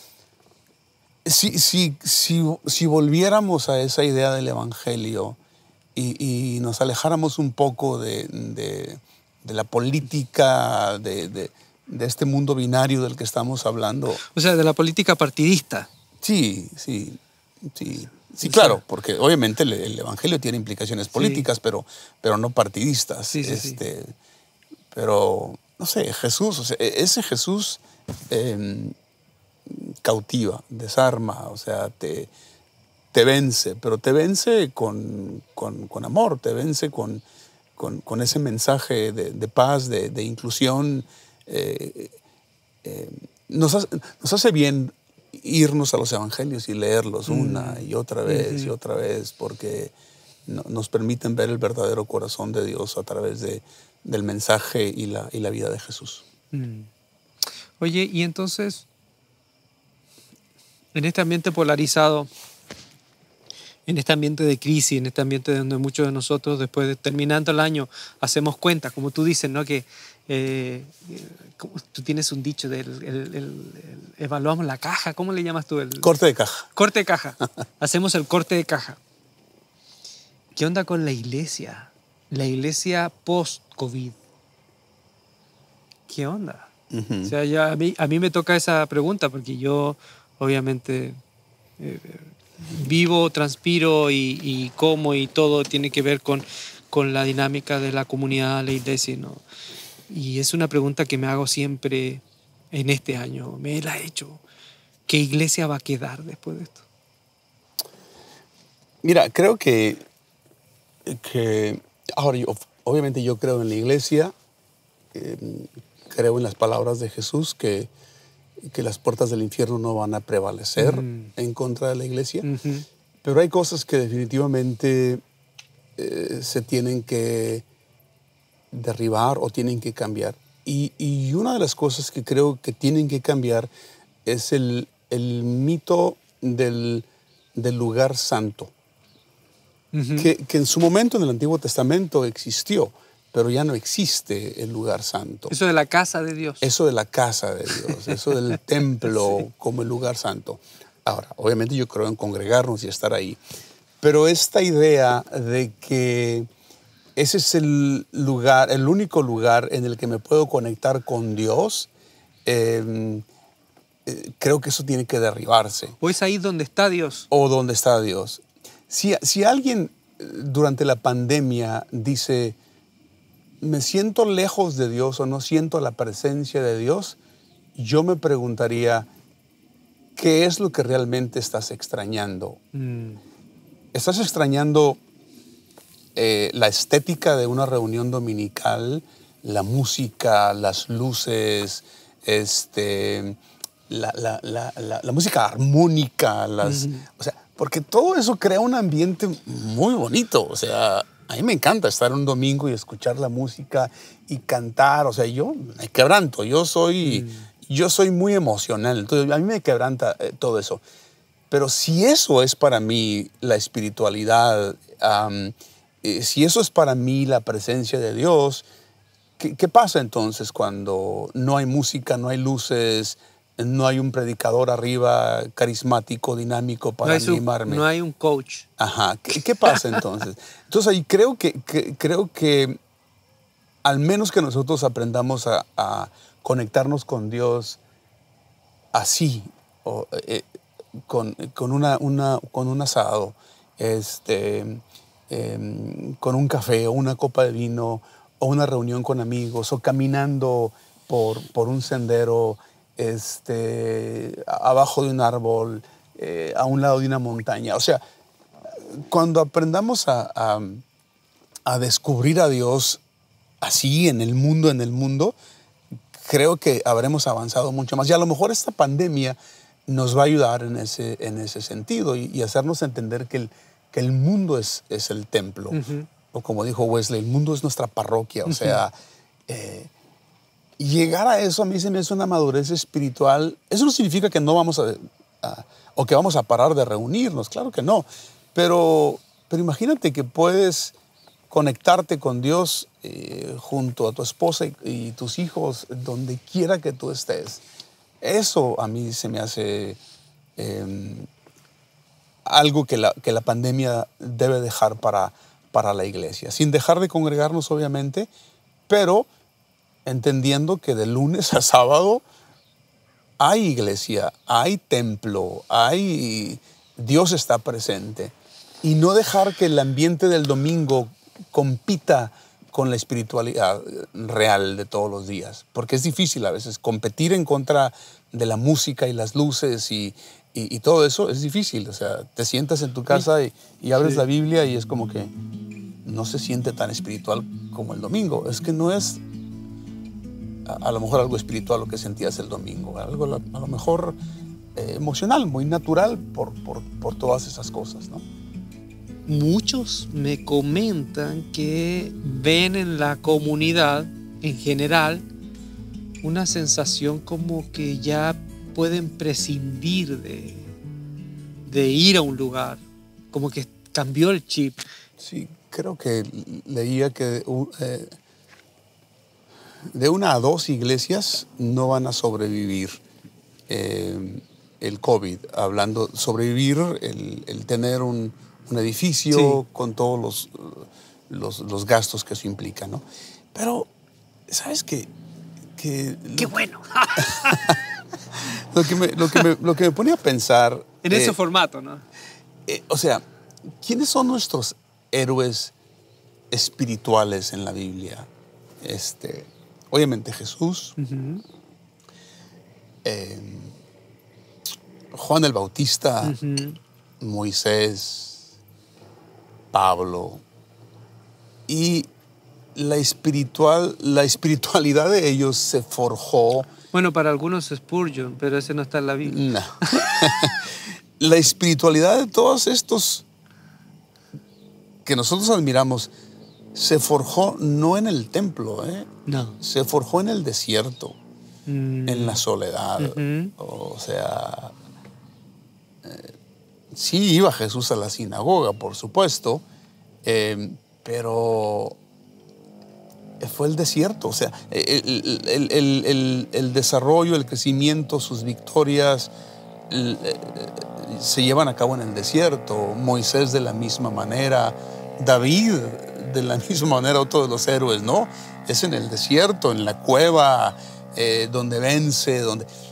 Si volviéramos a esa idea del Evangelio y nos alejáramos un poco de la política, de este mundo binario del que estamos hablando. O sea, de la política partidista. Sí, claro, porque obviamente el Evangelio tiene implicaciones políticas, pero no partidistas. Sí. Pero, no sé, Jesús, o sea, ese Jesús cautiva, desarma, o sea, te vence, pero te vence con amor, te vence con ese mensaje de paz, de inclusión. Nos hace bien irnos a los evangelios y leerlos una y otra vez y otra vez, porque nos permiten ver el verdadero corazón de Dios a través del mensaje y la vida de Jesús. Oye, y entonces, en este ambiente polarizado, en este ambiente de crisis, en este ambiente donde muchos de nosotros, después de terminando el año, hacemos cuenta, como tú dices, ¿no? Que tú tienes un dicho evaluamos la caja, ¿cómo le llamas tú? Corte de caja. Corte de caja. Hacemos el corte de caja. ¿Qué onda con la iglesia? La iglesia post-COVID. ¿Qué onda? O sea, a mí me toca esa pregunta porque yo, obviamente, vivo, transpiro y como y todo tiene que ver con la dinámica de la comunidad, la iglesia, ¿no? Y es una pregunta que me hago siempre en este año. Me la he hecho. ¿Qué iglesia va a quedar después de esto? Mira, creo que ahora obviamente yo creo en la iglesia creo en las palabras de Jesús que las puertas del infierno no van a prevalecer en contra de la iglesia. Pero hay cosas que definitivamente se tienen que derribar o tienen que cambiar. Y una de las cosas que creo que tienen que cambiar es el mito del lugar santo, que en su momento en el Antiguo Testamento existió, pero ya no existe el lugar santo. Eso de la casa de Dios. Eso de la casa de Dios, eso del templo sí, como el lugar santo. Ahora, obviamente yo creo en congregarnos y estar ahí, pero esta idea de que ese es el lugar, el único lugar en el que me puedo conectar con Dios, creo que eso tiene que derribarse. ¿O es ahí donde está Dios? O donde está Dios. Si alguien durante la pandemia dice, me siento lejos de Dios o no siento la presencia de Dios, yo me preguntaría, ¿qué es lo que realmente estás extrañando? ¿Estás extrañando la estética de una reunión dominical, la música, las luces, la música armónica, o sea, porque todo eso crea un ambiente muy bonito? O sea, a mí me encanta estar un domingo y escuchar la música y cantar. O sea, yo me quebranto, yo soy muy emocional, entonces a mí me quebranta todo eso. Pero si eso es para mí la espiritualidad, si eso es para mí la presencia de Dios, ¿qué pasa entonces cuando no hay música, no hay luces, no hay un predicador arriba carismático, dinámico para animarme? No hay un coach. Ajá. ¿Qué pasa entonces? Entonces ahí creo que al menos que nosotros aprendamos a conectarnos con Dios así, con un asado, con un café o una copa de vino o una reunión con amigos o caminando por un sendero, abajo de un árbol, a un lado de una montaña. O sea, cuando aprendamos a descubrir a Dios así en el mundo, creo que habremos avanzado mucho más. Y a lo mejor esta pandemia nos va a ayudar en ese sentido y hacernos entender que el mundo es el templo. O como dijo Wesley, el mundo es nuestra parroquia. O sea, llegar a eso a mí se me hace una madurez espiritual. Eso no significa que no vamos o que vamos a parar de reunirnos, claro que no. Pero imagínate que puedes conectarte con Dios junto a tu esposa y tus hijos, donde quiera que tú estés. Eso a mí se me hace algo que la pandemia debe dejar para la iglesia. Sin dejar de congregarnos, obviamente, pero entendiendo que de lunes a sábado hay iglesia, hay templo, Dios está presente. Y no dejar que el ambiente del domingo compita con la espiritualidad real de todos los días. Porque es difícil a veces competir en contra de la música y las luces y todo eso es difícil. O sea, te sientas en tu casa y abres la Biblia y es como que no se siente tan espiritual como el domingo. Es que no es a lo mejor algo espiritual lo que sentías el domingo. Algo a lo mejor emocional, muy natural por todas esas cosas, ¿no? Muchos me comentan que ven en la comunidad en general una sensación como que ya pueden prescindir de ir a un lugar, como que cambió el chip. Sí, creo que leía que de 1 a 2 iglesias no van a sobrevivir el COVID, hablando sobrevivir el tener un edificio con todos los gastos que eso implica, ¿no? Pero, ¿sabes qué? ¡Qué bueno! Lo que me pone a pensar... En ese formato, ¿no? O sea, ¿quiénes son nuestros héroes espirituales en la Biblia? Obviamente Jesús, Juan el Bautista, Moisés, Pablo. Y la espiritualidad de ellos se forjó. Bueno, para algunos es Spurgeon, pero ese no está en la Biblia. No. La espiritualidad de todos estos que nosotros admiramos se forjó no en el templo, No. se forjó en el desierto, en la soledad. Uh-huh. O sea, sí iba Jesús a la sinagoga, por supuesto, pero fue el desierto. O sea, el desarrollo, el crecimiento, sus victorias se llevan a cabo en el desierto. Moisés de la misma manera, David de la misma manera, otro de los héroes, ¿no? Es en el desierto, en la cueva, donde vence,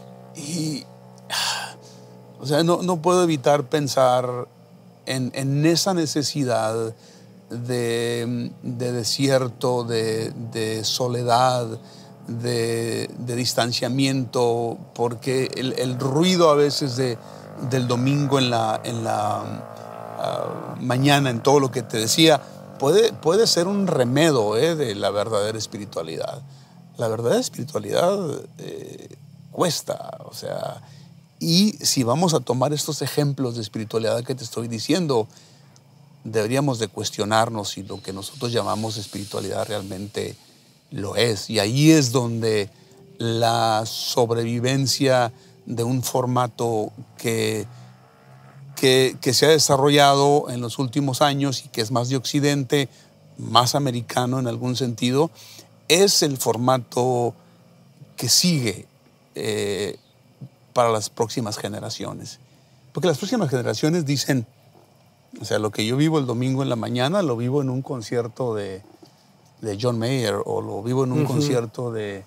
o sea, no puedo evitar pensar en esa necesidad de desierto, de soledad, de distanciamiento, porque el ruido a veces del domingo en la mañana, en todo lo que te decía, puede ser un remedio de la verdadera espiritualidad. La verdadera espiritualidad cuesta, o sea, y si vamos a tomar estos ejemplos de espiritualidad que te estoy diciendo, deberíamos de cuestionarnos si lo que nosotros llamamos espiritualidad realmente lo es. Y ahí es donde la sobrevivencia de un formato que se ha desarrollado en los últimos años y que es más de Occidente, más americano en algún sentido, es el formato que sigue para las próximas generaciones. Porque las próximas generaciones dicen, o sea, lo que yo vivo el domingo en la mañana, lo vivo en un concierto de John Mayer, o lo vivo en un concierto de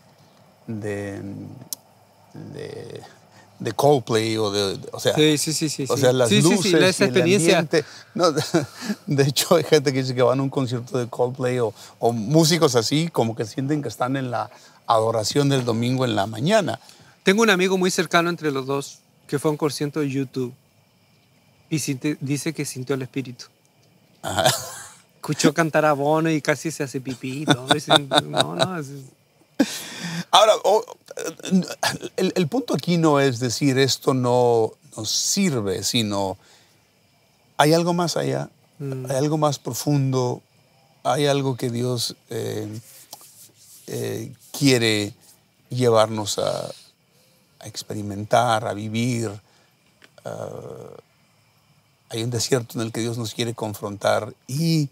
Coldplay, o sea, sí. O sea, las luces esa experiencia. y el ambiente. No, de hecho, hay gente que dice que van a un concierto de Coldplay o músicos así, como que sienten que están en la adoración del domingo en la mañana. Tengo un amigo muy cercano entre los dos que fue a un concierto de YouTube y dice que sintió el espíritu. Ajá. Escuchó cantar a Bono y casi se hace pipí. Ahora, el punto aquí no es decir esto no nos sirve, sino hay algo más allá, hay algo más profundo, hay algo que Dios quiere llevarnos a experimentar, a vivir. Hay un desierto en el que Dios nos quiere confrontar y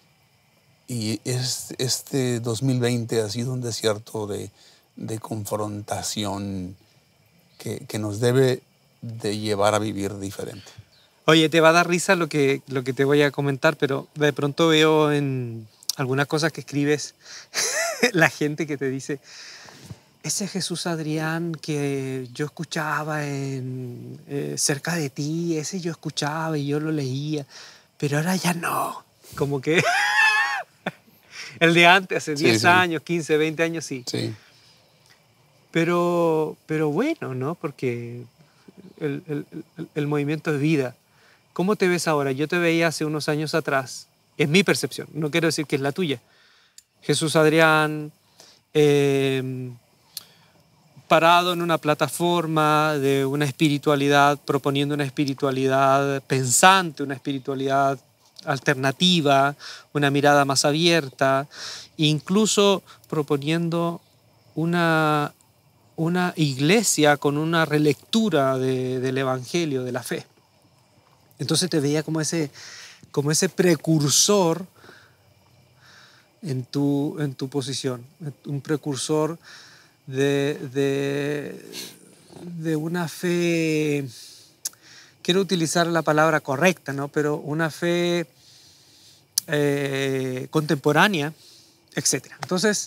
este 2020 ha sido un desierto de confrontación que nos debe de llevar a vivir diferente. Oye, te va a dar risa lo que te voy a comentar, pero de pronto veo en algunas cosas que escribes la gente que te dice, ese Jesús Adrián que yo escuchaba cerca de ti, ese yo escuchaba y yo lo leía, pero ahora ya no. Como que el de antes, hace 10 años, 15, 20 años, sí. Sí. Pero bueno, ¿no? Porque el movimiento es vida. ¿Cómo te ves ahora? Yo te veía hace unos años atrás, es mi percepción, no quiero decir que es la tuya. Jesús Adrián, parado en una plataforma de una espiritualidad, proponiendo una espiritualidad pensante, una espiritualidad alternativa, una mirada más abierta, incluso proponiendo una iglesia con una relectura del Evangelio, de la fe. Entonces te veía como ese precursor en tu posición, un precursor de una fe, quiero utilizar la palabra correcta, ¿no? Pero una fe contemporánea, etc. Entonces,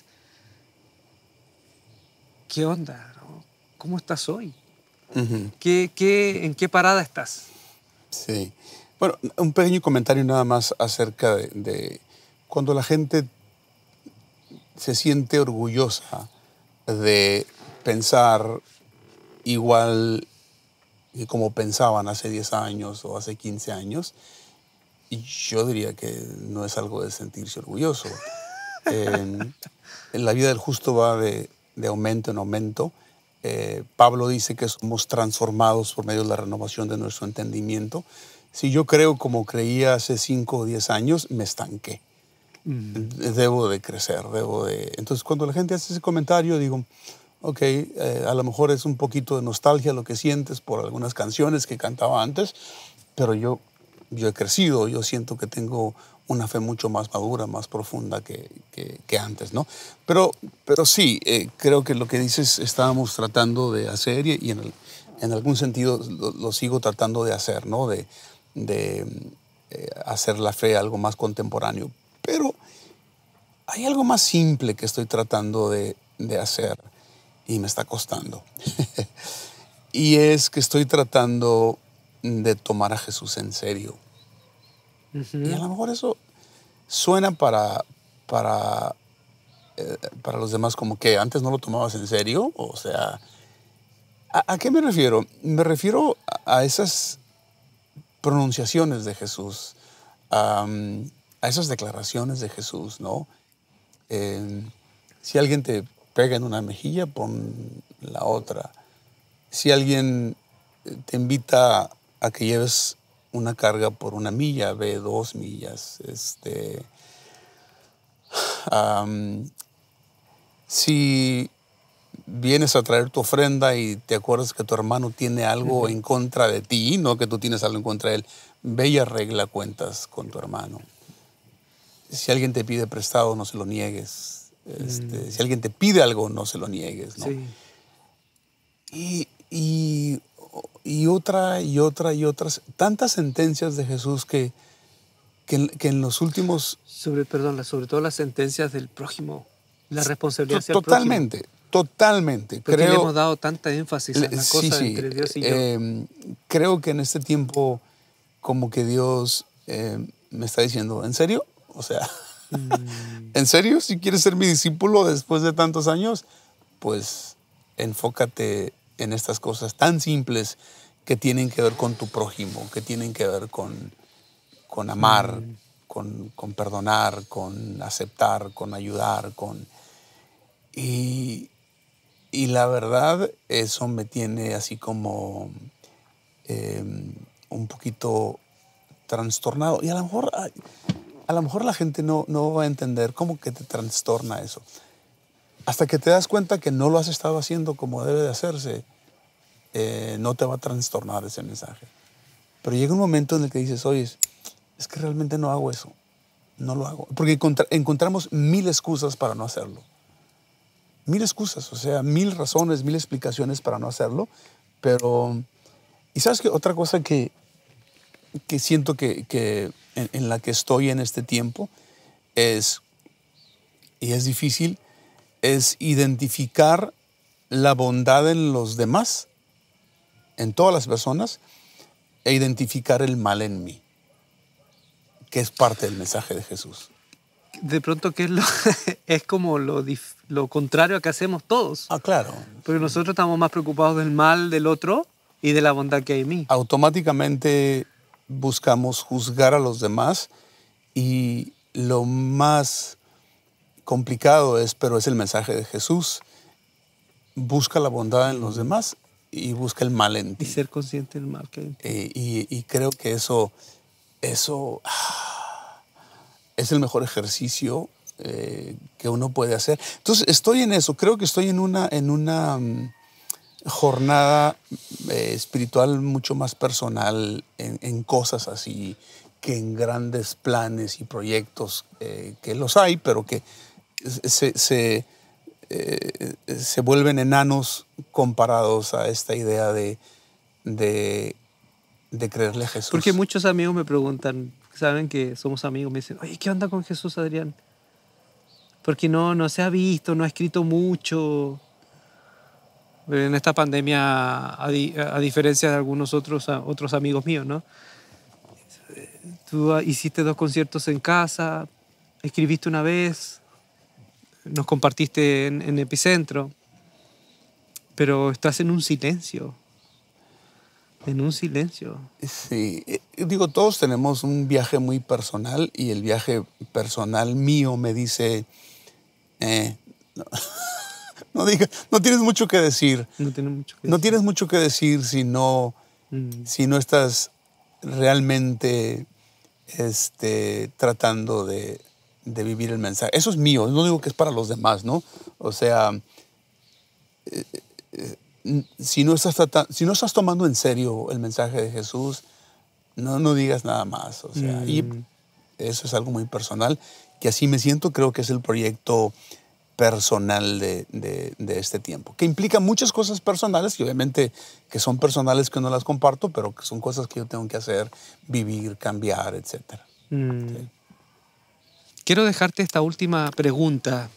¿qué onda? ¿No? ¿Cómo estás hoy? Uh-huh. ¿En qué parada estás? Sí. Bueno, un pequeño comentario nada más acerca de cuando la gente se siente orgullosa de pensar igual que como pensaban hace 10 años o hace 15 años, y yo diría que no es algo de sentirse orgulloso. La vida del justo va de aumento en aumento. Pablo dice que somos transformados por medio de la renovación de nuestro entendimiento. Si yo creo como creía hace 5 o 10 años, me estanqué. Debo de crecer, Entonces, cuando la gente hace ese comentario, digo, ok, a lo mejor es un poquito de nostalgia lo que sientes por algunas canciones que cantaba antes, pero yo he crecido, yo siento que tengo una fe mucho más madura, más profunda que antes, ¿no? Pero sí, creo que lo que dices estábamos tratando de hacer y en algún sentido lo sigo tratando de hacer, ¿no? De hacer la fe algo más contemporáneo. Pero hay algo más simple que estoy tratando de hacer y me está costando. Y es que estoy tratando de tomar a Jesús en serio. Y a lo mejor eso suena para los demás como que antes no lo tomabas en serio. O sea, ¿a qué me refiero? Me refiero a esas pronunciaciones de Jesús, a esas declaraciones de Jesús, ¿no? Si alguien te pega en una mejilla, pon la otra. Si alguien te invita a que lleves una carga por 1 milla, ve 2 millas. Si vienes a traer tu ofrenda y te acuerdas que tu hermano tiene algo en contra de ti, no que tú tienes algo en contra de él, ve y arregla cuentas con tu hermano. Si alguien te pide prestado, no se lo niegues. Si alguien te pide algo, no se lo niegues, ¿no? Sí. Y otras tantas sentencias de Jesús que en los últimos... Sobre todo las sentencias del prójimo, la responsabilidad hacia el prójimo. Totalmente. Porque le hemos dado tanta énfasis a la cosa entre Dios y yo. Creo que en este tiempo como que Dios me está diciendo, ¿en serio? O sea, ¿en serio? Si quieres ser mi discípulo después de tantos años, pues enfócate en estas cosas tan simples que tienen que ver con tu prójimo, que tienen que ver con amar, con perdonar, con aceptar, con ayudar, Y la verdad, eso me tiene así como un poquito trastornado. Y a lo mejor la gente no va a entender cómo que te trastorna eso. Hasta que te das cuenta que no lo has estado haciendo como debe de hacerse, no te va a trastornar ese mensaje. Pero llega un momento en el que dices, oye, es que realmente no hago eso. No lo hago. Porque encontramos 1000 excusas para no hacerlo. 1000 excusas, o sea, 1000 razones, 1000 explicaciones para no hacerlo. Pero, ¿y sabes qué? Otra cosa que siento que en la que estoy en este tiempo es difícil, es identificar la bondad en los demás, en todas las personas, e identificar el mal en mí, que es parte del mensaje de Jesús. De pronto, ¿qué es es como lo contrario a que hacemos todos? Claro. Porque nosotros estamos más preocupados del mal del otro y de la bondad que hay en mí. Automáticamente buscamos juzgar a los demás y lo más complicado pero es el mensaje de Jesús. Busca la bondad en los demás y busca el mal en ti. Y ser consciente del mal que hay en ti. Y creo que eso es el mejor ejercicio que uno puede hacer. Entonces, estoy en eso. Creo que estoy en una jornada espiritual mucho más personal en cosas así que en grandes planes y proyectos que los hay, pero que se vuelven enanos comparados a esta idea de creerle a Jesús. Porque muchos amigos me preguntan, saben que somos amigos, me dicen, oye, ¿qué onda con Jesús, Adrián? Porque no se ha visto, no ha escrito mucho. En esta pandemia, a diferencia de algunos otros amigos míos, ¿no? Tú hiciste 2 conciertos en casa, escribiste una vez, nos compartiste en Epicentro, pero estás en un silencio. En un silencio. Sí, digo, todos tenemos un viaje muy personal y el viaje personal mío me dice, No, no tienes mucho que decir. No tiene mucho que No decir. tienes mucho que decir si no estás realmente tratando de vivir el mensaje. Eso es mío, no digo que es para los demás, ¿no? O sea, si no estás tomando en serio el mensaje de Jesús, no digas nada más. O sea, y eso es algo muy personal, que así me siento. Creo que es el proyecto personal de este tiempo, que implica muchas cosas personales, y obviamente que son personales que no las comparto, pero que son cosas que yo tengo que hacer, vivir, cambiar, etc. Sí. Quiero dejarte esta última pregunta,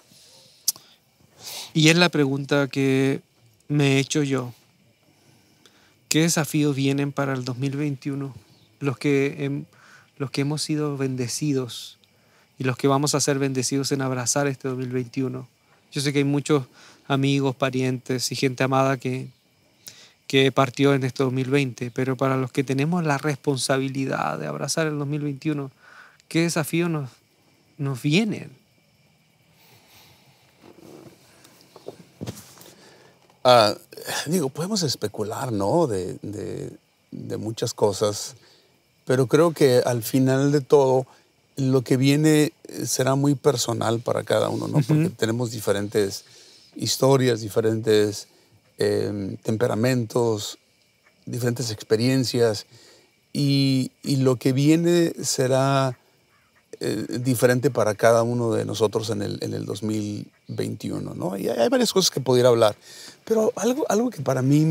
y es la pregunta que me he hecho yo. ¿Qué desafíos vienen para el 2021? Los que hemos sido bendecidos y los que vamos a ser bendecidos en abrazar este 2021. Yo sé que hay muchos amigos, parientes y gente amada que partió en este 2020, pero para los que tenemos la responsabilidad de abrazar el 2021, ¿qué desafíos nos vienen? Podemos especular, ¿no? De muchas cosas, pero creo que al final de todo, lo que viene será muy personal para cada uno, ¿no? Porque tenemos diferentes historias, diferentes temperamentos, diferentes experiencias, y lo que viene será diferente para cada uno de nosotros en el 2021, ¿no? Y hay varias cosas que pudiera hablar, pero algo que para mí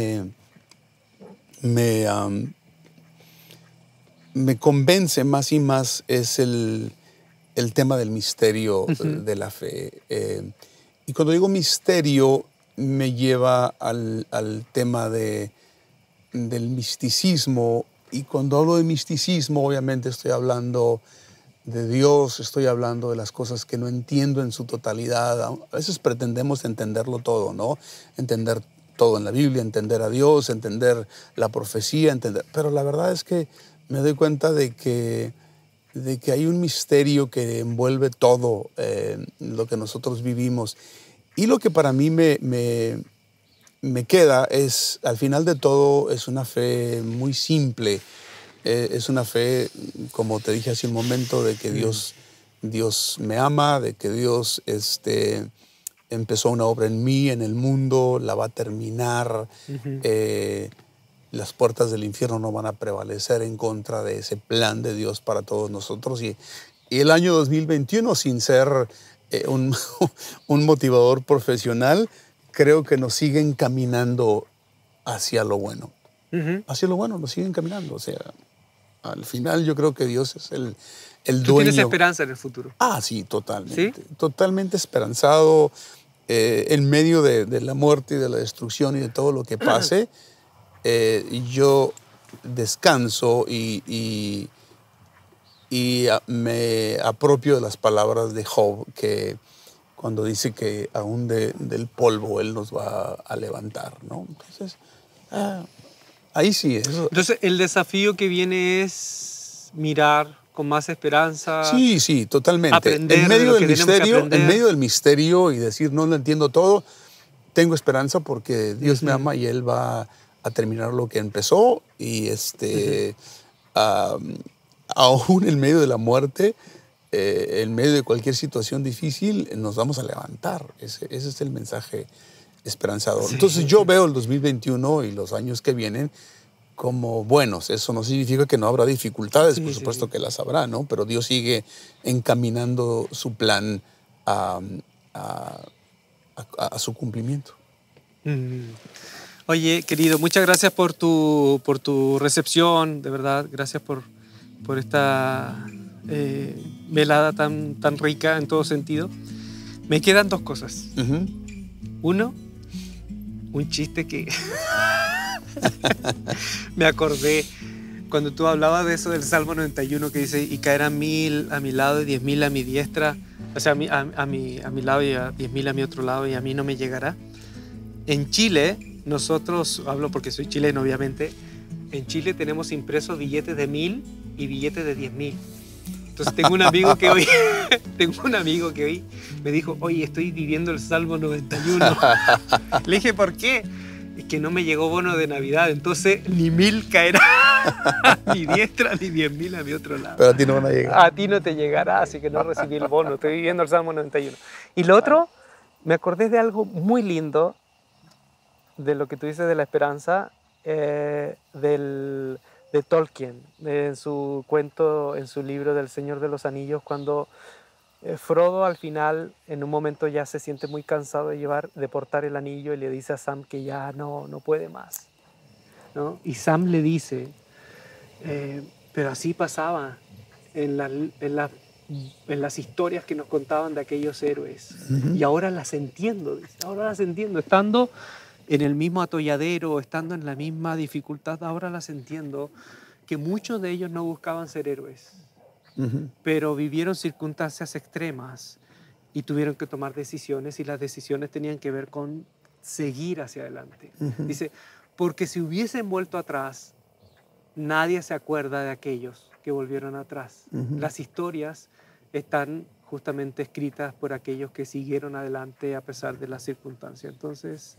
me convence más y más es el tema del misterio de la fe. Y cuando digo misterio, me lleva al tema del misticismo. Y cuando hablo de misticismo, obviamente estoy hablando de Dios, estoy hablando de las cosas que no entiendo en su totalidad. A veces pretendemos entenderlo todo, ¿no? Entender todo en la Biblia, entender a Dios, entender la profecía, pero la verdad es que me doy cuenta de que hay un misterio que envuelve todo lo que nosotros vivimos. Y lo que para mí me queda es, al final de todo, es una fe muy simple. Es una fe, como te dije hace un momento, de que Dios me ama, de que Dios empezó una obra en mí, en el mundo, la va a terminar. Las puertas del infierno no van a prevalecer en contra de ese plan de Dios para todos nosotros. Y el año 2021, sin ser un motivador profesional, creo que nos sigue encaminando hacia lo bueno. Hacia lo bueno, nos siguen caminando. O sea, al final yo creo que Dios es el dueño. ¿Tú tienes esperanza en el futuro? Sí, totalmente. ¿Sí? Totalmente esperanzado. En medio de la muerte y de la destrucción y de todo lo que pase, yo descanso y me apropio de las palabras de Job, que cuando dice que aún del polvo Él nos va a levantar, ¿no? Entonces, ahí sí. Entonces, el desafío que viene es mirar con más esperanza. Sí, totalmente. Aprender en medio de lo del que tenemos que aprender. en medio del misterio y decir no lo entiendo todo, tengo esperanza porque Dios me ama y Él va a terminar lo que empezó. Y aún en medio de la muerte, en medio de cualquier situación difícil, nos vamos a levantar. Ese es el mensaje esperanzador. Sí. Entonces yo veo el 2021 y los años que vienen como buenos. Eso no significa que no habrá dificultades, por supuesto que las habrá, ¿no? Pero Dios sigue encaminando su plan a su cumplimiento. Oye, querido, muchas gracias por tu recepción, de verdad. Gracias por esta velada tan rica en todo sentido. Me quedan dos cosas. Uno, un chiste que me acordé cuando tú hablabas de eso del Salmo 91 que dice: y caerán 1000 a mi lado y 10.000 a mi diestra, o sea, a mi lado y a 10.000 a mi otro lado, y a mí no me llegará. En Chile, nosotros, hablo porque soy chileno obviamente, en Chile tenemos impresos billetes de 1000 y billetes de 10.000. Entonces tengo un amigo que hoy me dijo, oye, estoy viviendo el Salmo 91. Le dije, ¿por qué? Es que no me llegó bono de Navidad, entonces ni 1000 caerá, ni diestra, ni 10.000 a mi otro lado. Pero a ti no van a llegar. A ti no te llegará, así que no recibí el bono. Estoy viviendo el Salmo 91. Y lo otro, me acordé de algo muy lindo, de lo que tú dices de la esperanza, de Tolkien, en su cuento, en su libro del Señor de los Anillos, cuando Frodo al final, en un momento ya se siente muy cansado de portar el anillo y le dice a Sam que ya no puede más, ¿no? Y Sam le dice, pero así pasaba en las historias que nos contaban de aquellos héroes. Uh-huh. Y ahora las entiendo, estando en el mismo atolladero, estando en la misma dificultad, ahora las entiendo, que muchos de ellos no buscaban ser héroes. Uh-huh. Pero vivieron circunstancias extremas y tuvieron que tomar decisiones, y las decisiones tenían que ver con seguir hacia adelante. Uh-huh. Dice, porque si hubiesen vuelto atrás, nadie se acuerda de aquellos que volvieron atrás. Uh-huh. Las historias están justamente escritas por aquellos que siguieron adelante a pesar de las circunstancias. Entonces,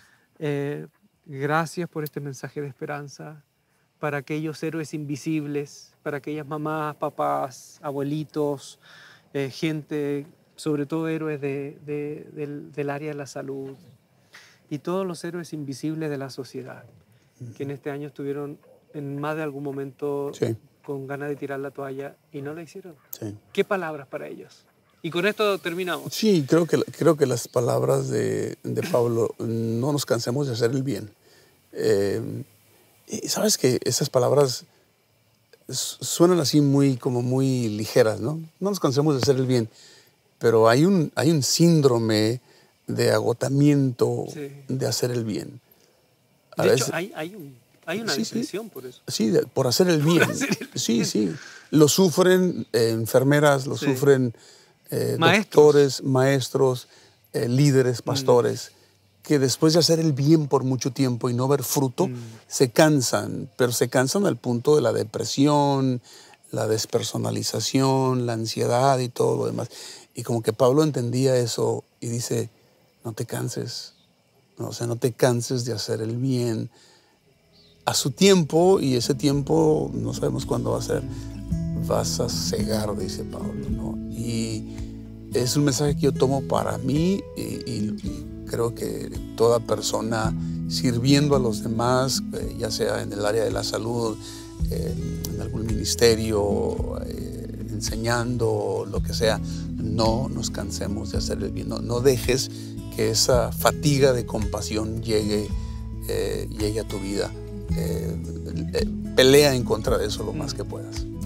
gracias por este mensaje de esperanza para aquellos héroes invisibles, para aquellas mamás, papás, abuelitos, gente, sobre todo héroes del área de la salud, y todos los héroes invisibles de la sociedad, que en este año estuvieron en más de algún momento con ganas de tirar la toalla y no lo hicieron. Sí. ¿Qué palabras para ellos? Y con esto terminamos. Sí, creo que las palabras de Pablo, no nos cansemos de hacer el bien. Y sabes que esas palabras suenan así muy ligeras, ¿no? No nos cansemos de hacer el bien, pero hay un síndrome de agotamiento de hacer el bien. De hecho, hay una depresión por eso. Sí, por hacer el bien. Sí. Lo sufren enfermeras, lo sufren doctores, maestros, líderes, pastores, que después de hacer el bien por mucho tiempo y no ver fruto, se cansan, pero se cansan al punto de la depresión, la despersonalización, la ansiedad y todo lo demás. Y como que Pablo entendía eso y dice, no te canses, no te canses de hacer el bien a su tiempo, y ese tiempo no sabemos cuándo va a ser. Vas a cegar, dice Pablo, ¿no? Y es un mensaje que yo tomo para mí y creo que toda persona sirviendo a los demás, ya sea en el área de la salud, en algún ministerio, enseñando, lo que sea, no nos cansemos de hacer el bien. No dejes que esa fatiga de compasión llegue a tu vida. Pelea en contra de eso lo más que puedas.